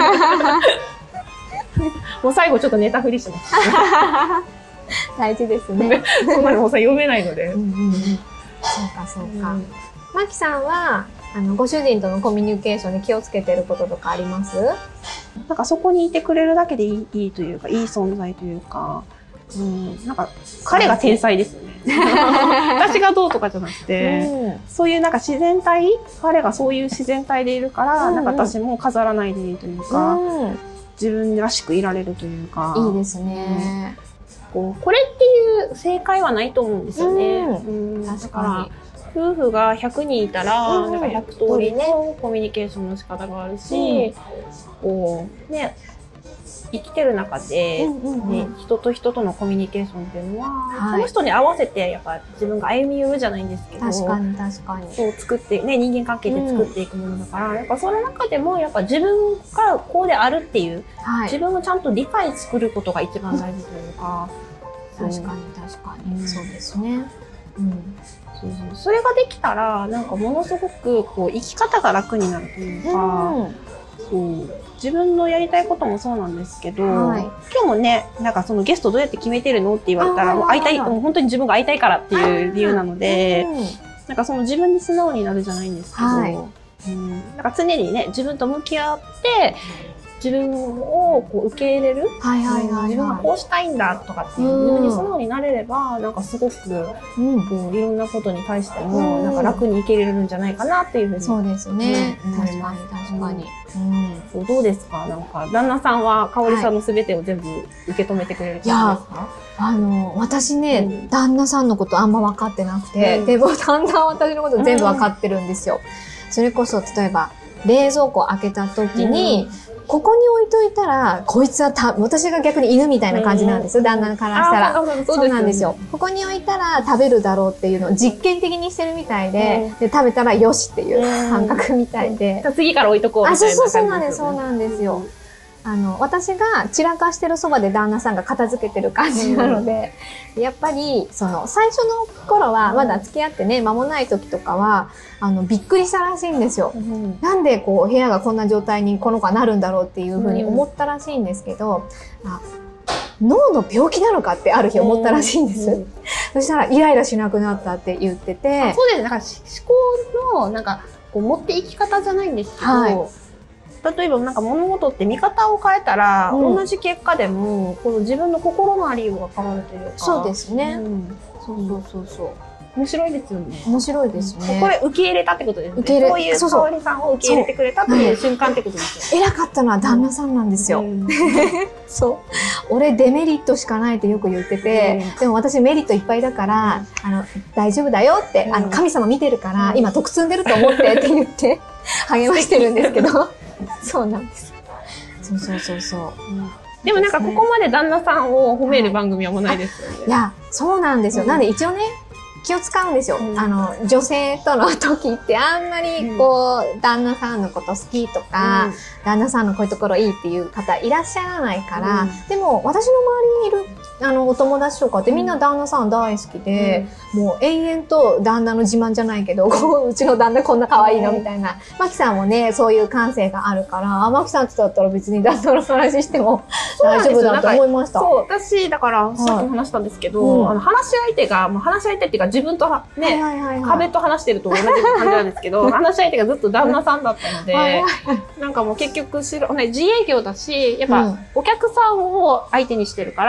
もう最後ちょっと寝たふりします。 大事ですね。 そんなのもう読めないので。 そうか。まきさんはご主人とのコミュニケーションに気をつけてることとかあります？ なんかそこにいてくれるだけでいいというか、いい存在というか。なんか彼が天才ですよね。私がどうとかじゃなくて、そういうなんか自然体、彼がそういう自然体でいるから、なんか私も飾らないでいいというか、自分らしくいられるというか。 いいですね。 これっていう正解はないと思うんですよね。 確かに。夫婦が100人いたら、なんか100通りのコミュニケーションの仕方があるし、こうね。生きてる中で、人と人とのコミュニケーションっていうのは、その人に合わせてやっぱ自分が歩み寄るじゃないんですけど、 確かにそう作ってね、人間関係で作っていくものだから、やっぱその中でもやっぱ自分がこうであるっていう、自分をちゃんと理解作ることが一番大事というか、 確かに、そうですね。 それができたらなんかものすごくこう生き方が楽になるというか、自分のやりたいこともそうなんですけど、今日もね、なんかそのゲストどうやって決めてるのって言われたら、もう会いたい、もう本当に自分が会いたいからっていう理由なので、なんかその自分に素直になるじゃないんですけど、なんか常にね、自分と向き合って、自分をこう受け入れる、自分がこうしたいんだとかっていう自分に素直になれれば、なんかすごくこういろんなことに対してもなんか楽に生きれるんじゃないかなっていうふうに。 そうですね。確かに。 どうですか？なんか旦那さんは香織さんのすべてを全部受け止めてくれる感じですか？ 私ね、旦那さんのことあんま分かってなくて、でも旦那は私のこと全部分かってるんですよ。それこそ例えば冷蔵庫開けた時に。ここに置いといたら、こいつは私が逆に犬みたいな感じなんですよ、旦那からしたら。そうなんですよ。ここに置いたら食べるだろうっていうのを実験的にしてるみたいで、食べたらよしっていう感覚みたいで。 次から置いとこうみたいな感じ。 そうなんですよ。私が散らかしてるそばで旦那さんが片付けてる感じなので、やっぱり、最初の頃は、まだ付き合ってね、間もない時とかは、びっくりしたらしいんですよ。なんで、部屋がこんな状態にこの子はなるんだろうっていうふうに思ったらしいんですけど、脳の病気なのかってある日思ったらしいんです。そしたら、イライラしなくなったって言ってて。 そうですね。なんか思考の、なんか、持っていき方じゃないんですけど、例えばなんか物事って見方を変えたら、同じ結果でもこの自分の心のありようが変わるというか。 そうですね。そう。 面白いですよね。 面白いですね。 これ受け入れたってことですね。そういう香織さんを受け入れてくれたという瞬間ってことですよ。偉かったのは旦那さんなんですよ。そう。俺デメリットしかないってよく言ってて、でも私メリットいっぱいだから、大丈夫だよって、神様見てるから、今得積んでると思ってって言って励ましてるんですけど。そうなんです。そう。 でもなんかここまで旦那さんを褒める番組はもうないですよね。 いや、そうなんですよ。なんで一応ね、 気を使うんですよ。 うん、 女性との時ってあんまりこう、旦那さんのこと好きとか、旦那さんのこういうところいいっていう方いらっしゃらないから、でも私の周りにいるお友達とかってみんな旦那さん大好きで、もう延々と旦那の自慢じゃないけど、うちの旦那こんな可愛いのみたいな。マキさんもね、そういう感性があるから、マキさんってだったら別に旦那の話しても大丈夫だと思いました。 そう、私、だから、さっきも話したんですけど、話し相手が、話し相手っていうか自分とね、壁と話してると同じ感じなんですけど、話し相手がずっと旦那さんだったので、なんかもう結局自営業だし、やっぱお客さんを相手にしてるから、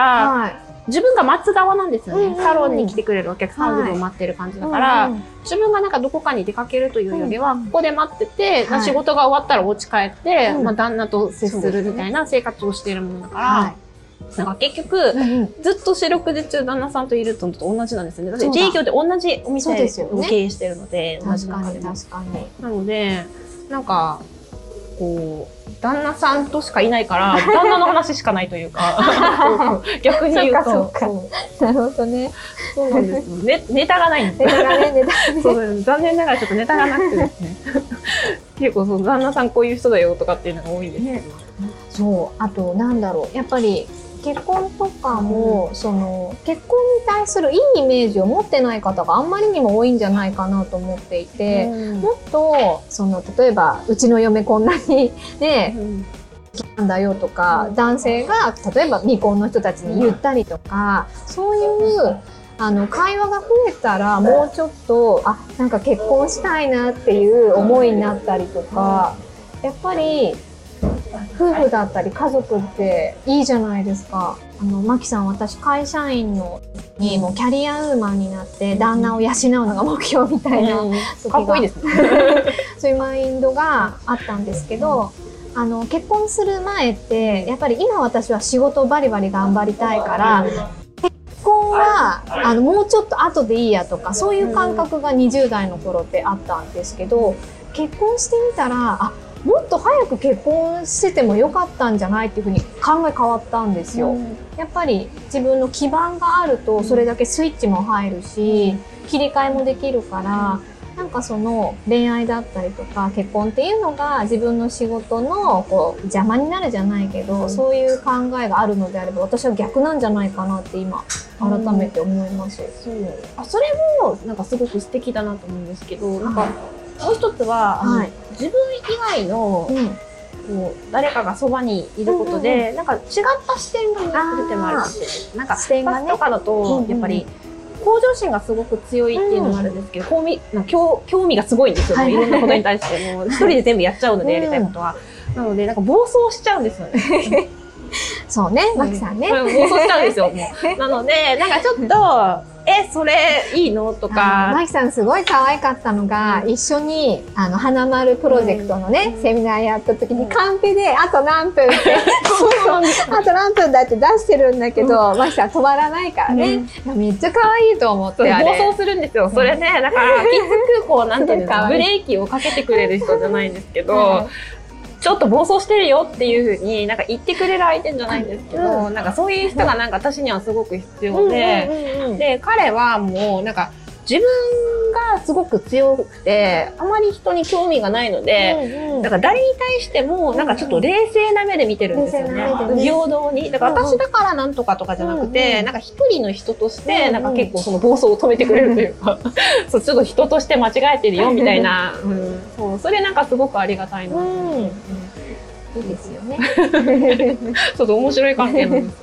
自分が待つ側なんですよね。サロンに来てくれるお客さんを自分を待ってる感じだから、自分がなんかどこかに出かけるというよりは、ここで待ってて、仕事が終わったらお家帰って、旦那と接するみたいな生活をしているものだから、なんか結局、ずっと四六時中旦那さんといるのと同じなんですよね。自営業って同じお店を経営してるので、同じ中でも。なので、なんか、こう、旦那さんとしかいないから、旦那の話しかないというか、逆に言うと。 なるほどね。 そうなんですよ。ネタがないんです。残念ながらちょっとネタがなくてですね。結構旦那さんこういう人だよとかっていうのが多いんですけど。 そう。あと、なんだろう。やっぱり、結婚とかも、結婚に対するいいイメージを持ってない方があんまりにも多いんじゃないかなと思っていて、もっと、例えば、うちの嫁こんなにね、好きなんだよとか、男性が、例えば未婚の人たちに言ったりとか、そういう、会話が増えたら、もうちょっと、なんか結婚したいなっていう思いになったりとか、やっぱり、夫婦だったり家族っていいじゃないですか。マキさん、私会社員にもうキャリアウーマンになって旦那を養うのが目標みたいな時が、 かっこいいですね。 そういうマインドがあったんですけど、結婚する前ってやっぱり今私は仕事をバリバリ頑張りたいから結婚はもうちょっと後でいいやとか、そういう感覚が20代の頃ってあったんですけど、結婚してみたらもっと早く結婚しててもよかったんじゃないっていうふうに考え変わったんですよ。やっぱり自分の基盤があるとそれだけスイッチも入るし、切り替えもできるから、なんかその恋愛だったりとか結婚っていうのが自分の仕事の邪魔になるじゃないけど、そういう考えがあるのであれば私は逆なんじゃないかなって今改めて思います。 それもなんかすごく素敵だなと思うんですけど、なんかもう一つは、自分以外の、誰かがそばにいることで、なんか違った視点が見える手もあるし、なんかスタッフとかだと、やっぱり向上心がすごく強いっていうのもあるんですけど、興味がすごいんですよ。いろんなことに対しても、一人で全部やっちゃうので、やりたいことは。なので、なんか暴走しちゃうんですよね。 そうね、マキさんね。 暴走しちゃうんですよ、もう。なので、なんかちょっと、それいいのとか。 マキさんすごい可愛かったのが、一緒に、花丸プロジェクトのね、セミナーやった時にカンペで、あと何分って、あと何分だって出してるんだけど、マキさん止まらないからね。めっちゃ可愛いと思って。 暴走するんですよ。それね、だから、きつくなんていうんですか、ブレーキをかけてくれる人じゃないんですけど、ちょっと暴走してるよっていうふうになんか言ってくれる相手じゃないんですけど、なんかそういう人がなんか私にはすごく必要で、で、彼はもうなんか自分がすごく強くて、あまり人に興味がないので、だから誰に対してもなんかちょっと冷静な目で見てるんですよね。平等に。だから私だからなんとかとかじゃなくて、なんか一人の人として、なんか結構その暴走を止めてくれるというか、そう、ちょっと人として間違えてるよみたいな、そう、それなんかすごくありがたいな。 いいですよね。 ちょっと面白い関係なんです。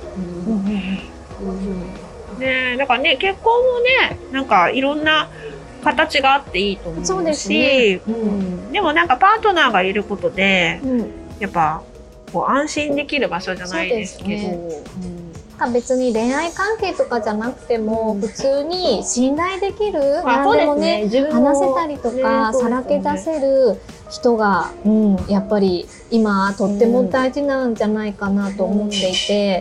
ね、だからね、結婚もね、なんかいろんな形があっていいと思うし、そうですね。でもなんかパートナーがいることで、やっぱこう安心できる場所じゃないですけど、 別に恋愛関係とかじゃなくても、普通に信頼できる、何でもね、話せたりとか、さらけ出せる人が、やっぱり今とっても大事なんじゃないかなと思っていて、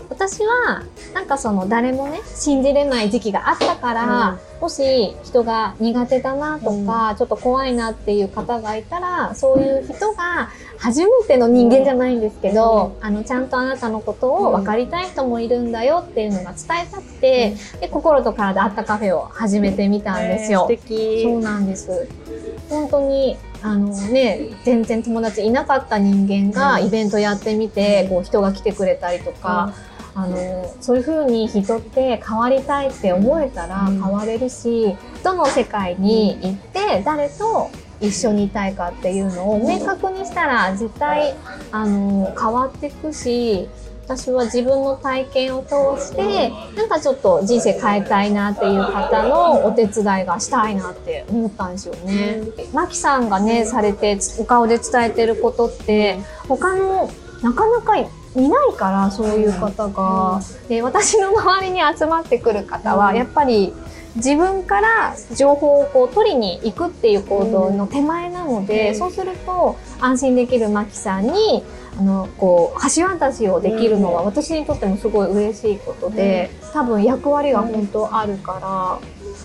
私はなんかその誰もね信じれない時期があったから、もし人が苦手だなとか、ちょっと怖いなっていう方がいたら、そういう人が初めての人間じゃないんですけど、ちゃんとあなたのことを分かりたい人もいるんだよっていうのが伝えたくて、で心と体あったカフェを始めてみたんですよ。 素敵。 そうなんです。本当に全然友達いなかった人間がイベントやってみて、こう人が来てくれたりとか、そういう風に人って変わりたいって思えたら変われるし、どの世界に行って誰と一緒にいたいかっていうのを明確にしたら絶対変わっていくし、私は自分の体験を通してなんかちょっと人生変えたいなっていう方のお手伝いがしたいなって思ったんですよね。マキさんがねされてお顔で伝えてることって他のなかなかいないから、そういう方が。で、私の周りに集まってくる方はやっぱり自分から情報をこう取りに行くっていう行動の手前なので、そうすると安心できるマキさんにこう橋渡しをできるのは私にとってもすごい嬉しいことで、多分役割が本当あるから、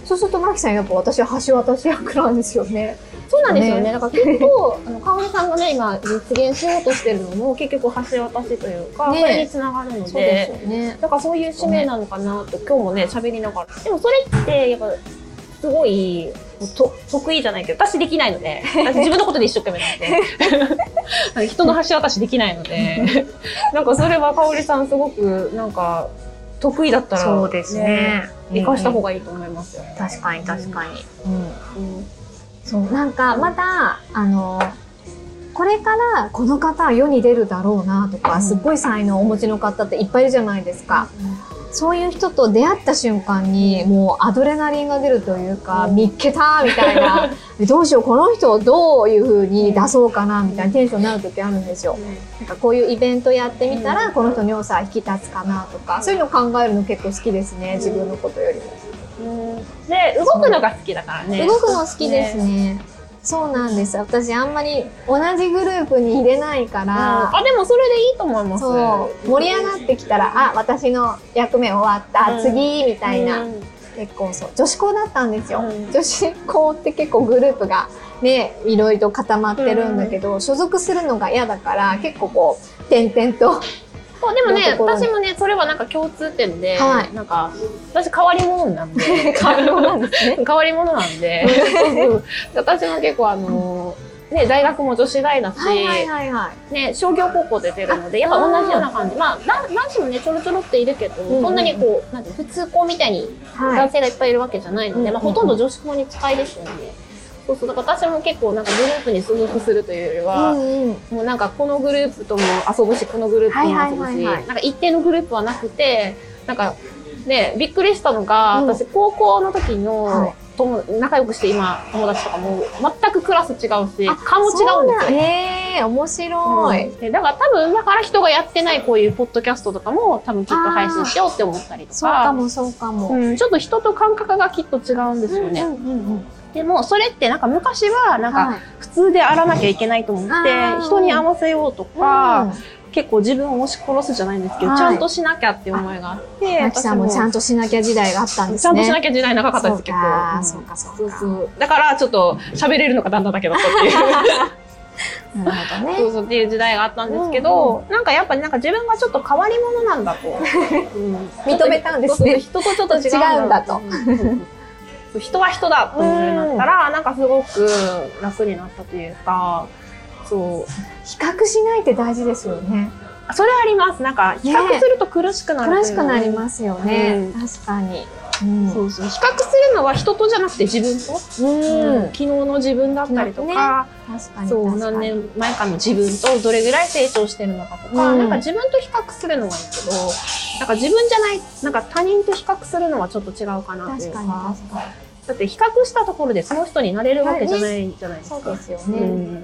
そうするとマキさんやっぱ私は橋渡し役なんですよね。 そうなんですよね。だから結構かおりさんがね今実現しようとしてるのも結局橋渡しというか、これにつながるので、 そうですよね。 だからそういう使命なのかなと今日もね喋りながら。でもそれってやっぱすごい得意じゃないけど、私できないので、自分のことで一生懸命なので人の橋渡しできないのでなんかそれはかおりさんすごくなんか得意だったら、 そうですね、 生かした方がいいと思いますよね。 確かに確かに、そう、なんかまだこれからこの方は世に出るだろうなとか、すっごい才能をお持ちの方っていっぱいいるじゃないですか。そういう人と出会った瞬間にもうアドレナリンが出るというか、見っけたみたいなどうしようこの人をどういう風に出そうかなみたいなテンションになる時あるんですよ。なんかこういうイベントやってみたらこの人の良さ引き立つかなとか、そういうの考えるの結構好きですね、自分のことよりも。 で動くのが好きだからね。 動くの好きですね。そうなんです。私あんまり同じグループに入れないから。 でもそれでいいと思います。 そう。盛り上がってきたら、私の役目終わった、次みたいな。結構そう。女子校だったんですよ。女子校って結構グループがね、いろいろ固まってるんだけど、所属するのが嫌だから、結構こう、点々と。 でもね、私もね、それはなんか共通点で、なんか、私変わり者なんで。 変わり者なんですね。 変わり者なんで。私も結構ね、大学も女子大だし、ね、商業高校出てるので、やっぱ同じような感じ。まあ、男子もね、ちょろちょろっているけど、そんなにこう、なんて普通校みたいに男性がいっぱいいるわけじゃないので、まあ、ほとんど女子校に近いですよね。そうそう、だから私も結構なんかグループに所属するというよりは、もうなんかこのグループとも遊ぶし、このグループとも遊ぶし、なんか一定のグループはなくて、なんかね、びっくりしたのが、私高校の時の仲良くして今友達とかも全くクラス違うし、顔も違うんですよ。 面白い。 だから多分、だから人がやってないこういうポッドキャストとかも多分きっと配信しようって思ったりとか。 そうかもそうかも。 ちょっと人と感覚がきっと違うんですよね。でもそれってなんか昔はなんか普通であらなきゃいけないと思って人に合わせようとか、結構自分を押し殺すじゃないんですけど、ちゃんとしなきゃっていう思いがあって、 マキさんもちゃんとしなきゃ時代があったんですね。 ちゃんとしなきゃ時代長かったです結構。 そうかそうか。 だからちょっと喋れるのがだんだんだけどっていう。 なるほどね。 そうっていう時代があったんですけど、なんかやっぱりなんか自分がちょっと変わり者なんだと認めたんですね。 人とちょっと違うんだと。人は人だと思うようになったら、なんかすごく楽になったというか、そう。 比較しないって大事ですよね。 それあります。なんか比較すると苦しくなる。 苦しくなりますよね。確かに。 そうそう。比較するのは人とじゃなくて自分と。昨日の自分だったりとか、そう何年前かの自分とどれぐらい成長してるのかとか、なんか自分と比較するのはいいけど、なんか自分じゃない、なんか他人と比較するのはちょっと違うかなというか。だって比較したところでその人になれるわけじゃないじゃないですか。 そうですよね。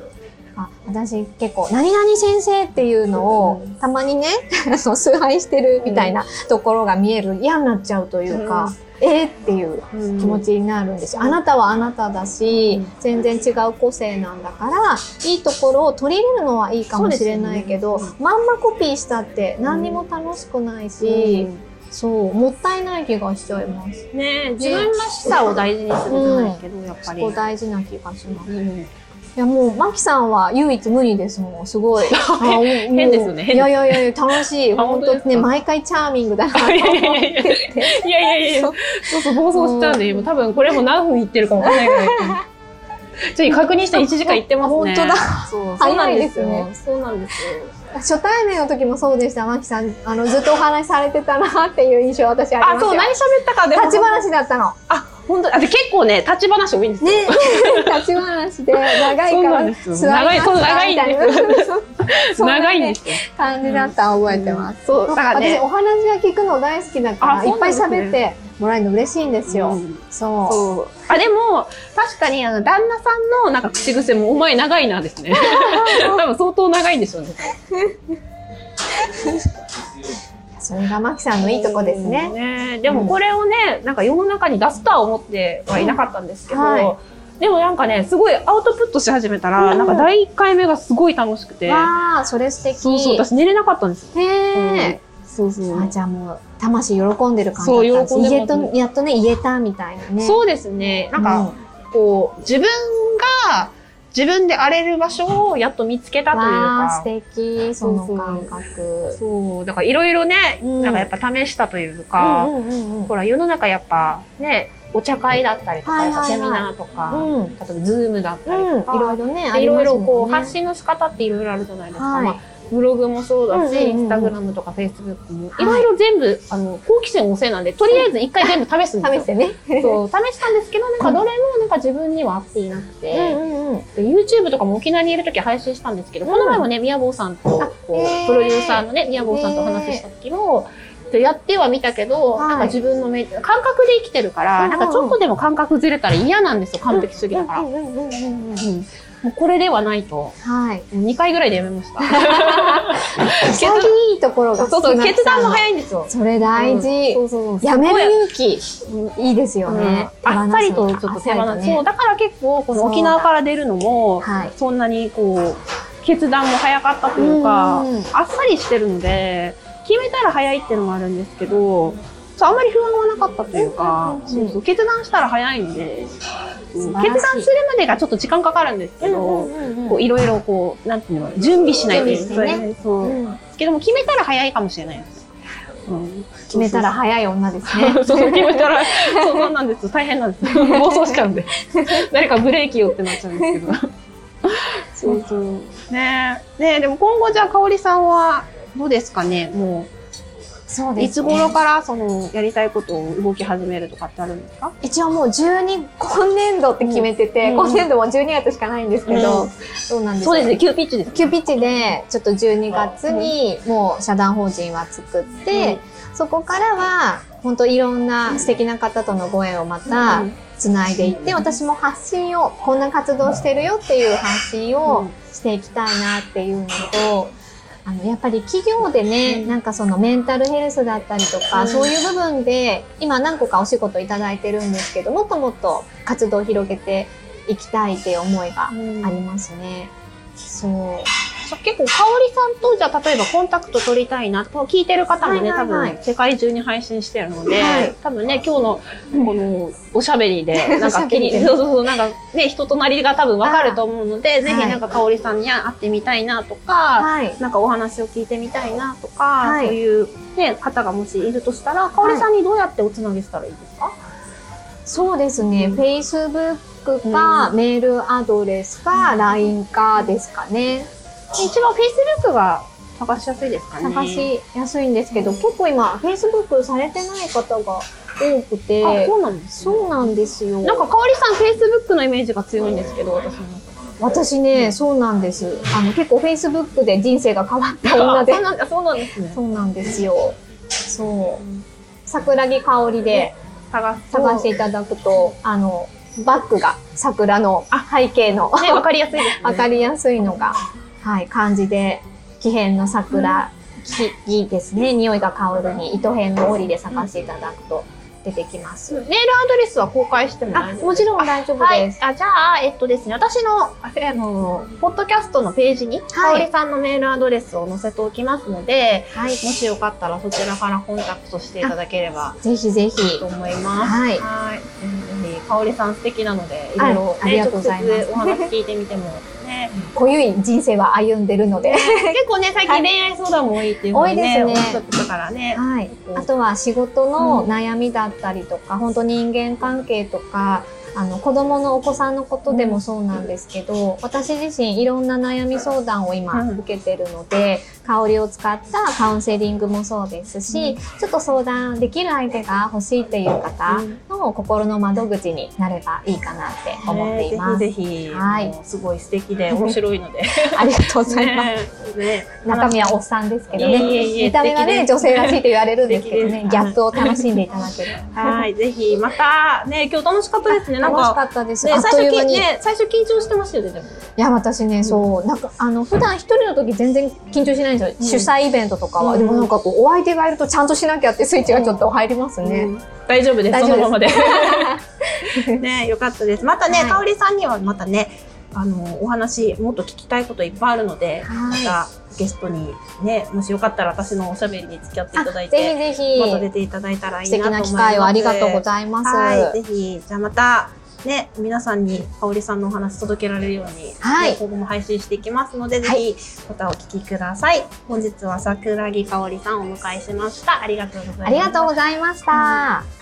私結構、何々先生っていうのを、たまにね、崇拝してるみたいなところが見える、嫌になっちゃうというか、っていう気持ちになるんですよ。あなたはあなただし、全然違う個性なんだから、いいところを取り入れるのはいいかもしれないけど、まんまコピーしたって何にも楽しくないし、そう、もったいない気がしちゃいます。 ね、自分らしさを大事にするじゃないけど、やっぱり。 そこ大事な気がします。いやもう、マキさんは唯一無二ですもん、すごい。 変ですよね。 いや、楽しい。本当ね、毎回チャーミングだなと思ってて。 いや。そう、暴走しちゃうんで、今多分これも何分いってるかわかんないぐらい。ちょっと確認して1時間いってますね。 本当だ。 そうなんですね。そうなんですよ。 初対面の時もそうでした、マキさん。ずっとお話しされてたなっていう印象私ありますよ。 そう、何喋ったかでも。 立ち話だったの。 本当結構ね、立ち話多いんですよ。 ね、立ち話で、長いから、長いんですよ。 長いんですよ。 感じだったの覚えてます。 そう、だからね。 私、お話が聞くの大好きだから、いっぱい喋ってもらえるの嬉しいんですよ。そう。 でも、確かに、旦那さんのなんか口癖も、お前長いなですね。多分相当長いんでしょうね。 それがマキさんのいいとこですね。 でもこれをね、なんか世の中に出すとは思ってはいなかったんですけど、でもなんかね、すごいアウトプットし始めたら、なんか第1回目がすごい楽しくて。 それ素敵。 そう、私寝れなかったんですよ。 そう。じゃあもう、魂喜んでる感じだったんです。やっとね、言えたみたいなね。 そうですね。なんか、こう、自分が、自分で荒れる場所をやっと見つけたというか。 素敵、その感覚。 そう。だからいろいろね、なんかやっぱ試したというか、ほら世の中やっぱね、お茶会だったりとか、セミナーとか、例えばズームだったりとか、 いろいろね、 いろいろこう発信の仕方っていろいろあるじゃないですか。ブログもそうだし、インスタグラムとかフェイスブックも、いろいろ全部、好奇心旺盛なんで、とりあえず一回全部試すんですよ。 試してね。 そう、試したんですけど、なんかどれもなんか自分には合っていなくて、YouTube とかも沖縄にいるとき配信したんですけど、この前もね、宮坊さんと、プロデューサーのね、宮坊さんとお話しした時も、やってはみたもど、なんか自分の感覚で生きてるから、なんかちょっとでも感覚ずれたら嫌なんですよ、完璧主義だから。もうこれではないと。2回ぐらいでやめました。 潔いいところが。 そう、決断も早いんですよ。 それ大事。やめる勇気、いいですよね。 あっさりとちょっと手放す。そう、だから結構、この沖縄から出るのも、そんなにこう、決断も早かったというか、あっさりしてるので、決めたら早いっていうのもあるんですけど、あんまり不安はなかったというか、決断したら早いんで、決断するまでがちょっと時間かかるんですけど、いろいろこう、なんていうの、準備しないといけない。ですけども、決めたら早いかもしれないです。 決めたら早い女ですね。 決めたら、そうなんです。大変なんです。暴走しちゃうんで。誰かブレーキをってなっちゃうんですけど。ねえ、でも今後じゃあ、かおりさんはどうですかね、もう。いつ頃からそのやりたいことを動き始めるとかってあるんですか？ 一応もう今年度って決めてて、今年度も12月しかないんですけど、そうなんです。 そうですね、急ピッチです。 急ピッチで、ちょっと12月にもう社団法人は作って、そこからは本当いろんな素敵な方とのご縁をまたつないでいって、私も発信を、こんな活動してるよっていう発信をしていきたいなっていうのと、やっぱり企業でね、なんかそのメンタルヘルスだったりとか、そういう部分で、今何個かお仕事いただいてるんですけど、もっともっと活動を広げていきたいっていう思いがありますね。そう。 結構、かおりさんと、じゃあ、例えばコンタクト取りたいなと聞いてる方もね、多分、世界中に配信してるので、多分ね、今日の、この、おしゃべりで、なんかなんかね、人となりが多分わかると思うので、ぜひなんかかおりさんに会ってみたいなとか、なんかお話を聞いてみたいなとか、そういうね、方がもしいるとしたら、かおりさんにどうやっておつなげしたらいいですか？ そうですね、Facebook か、メールアドレスか、LINE かですかね。 一番 Facebook が探しやすいですかね。 探しやすいんですけど、結構今 Facebook されてない方が多くて。 あ、そうなんですね。 そうなんですよ。 なんかかおりさん Facebook のイメージが強いんですけど、 私ね、そうなんです。結構 Facebook で人生が変わった女で。 そうなんですね。 そうなんですよ。そう。桜木かおりで探していただくと、 バックが桜の背景のね、わかりやすいですね。 わかりやすいのが、はい、感じで、木偏の桜、木ですね、匂いが香るに糸偏の折で探していただくと出てきます。 メールアドレスは公開しても大丈夫ですか？ もちろん大丈夫です。 はい、じゃあ、ですね、私の、ポッドキャストのページに、かおりさんのメールアドレスを載せておきますので、はい、もしよかったらそちらからコンタクトしていただければ、 ぜひぜひ。 と思います。 はい。 はい。かおりさん素敵なので、いろいろ、 ありがとうございます。 お話聞いてみても、ね、 濃ゆい人生は歩んでるので。 結構ね、最近恋愛相談も多いっていうのでね、多いですね。だからね。 はい。あとは仕事の悩みだったりとか、本当人間関係とか、子供のお子さんのことでもそうなんですけど、私自身いろんな悩み相談を今受けてるので、香りを使ったカウンセリングもそうですし、ちょっと相談できる相手が欲しいっていう方の心の窓口になればいいかなって思っています。 ぜひぜひ、はい、すごい素敵で面白いので。 ありがとうございます。ね、中身はおっさんですけどね。見た目がね、女性らしいと言われるんですけどね、ギャップを楽しんでいただける。 はい、ぜひ、また、ね、今日楽しかったですね。 楽しかったです。 最初緊張してましたよね、でも。 いや、私ね、そう、なんか、普段一人の時全然緊張しないんですよ。主催イベントとかは。でもなんかこう、お相手がいるとちゃんとしなきゃってスイッチがちょっと入りますね。 大丈夫です、そのままで。ね、よかったです。またね、かおりさんにはまたね、お話、もっと聞きたいこといっぱいあるので、またゲストにね、もしよかったら私のおしゃべりに付き合っていただいて、 ぜひぜひ、 また出ていただいたらいいなと思います。 素敵な機会をありがとうございます。 はい、ぜひ、じゃあまた、ね、皆さんにかおりさんのお話届けられるように、はい、今後も配信していきますので、ぜひまたお聞きください。本日は桜木かおりさんをお迎えしました。ありがとうございました。 ありがとうございました。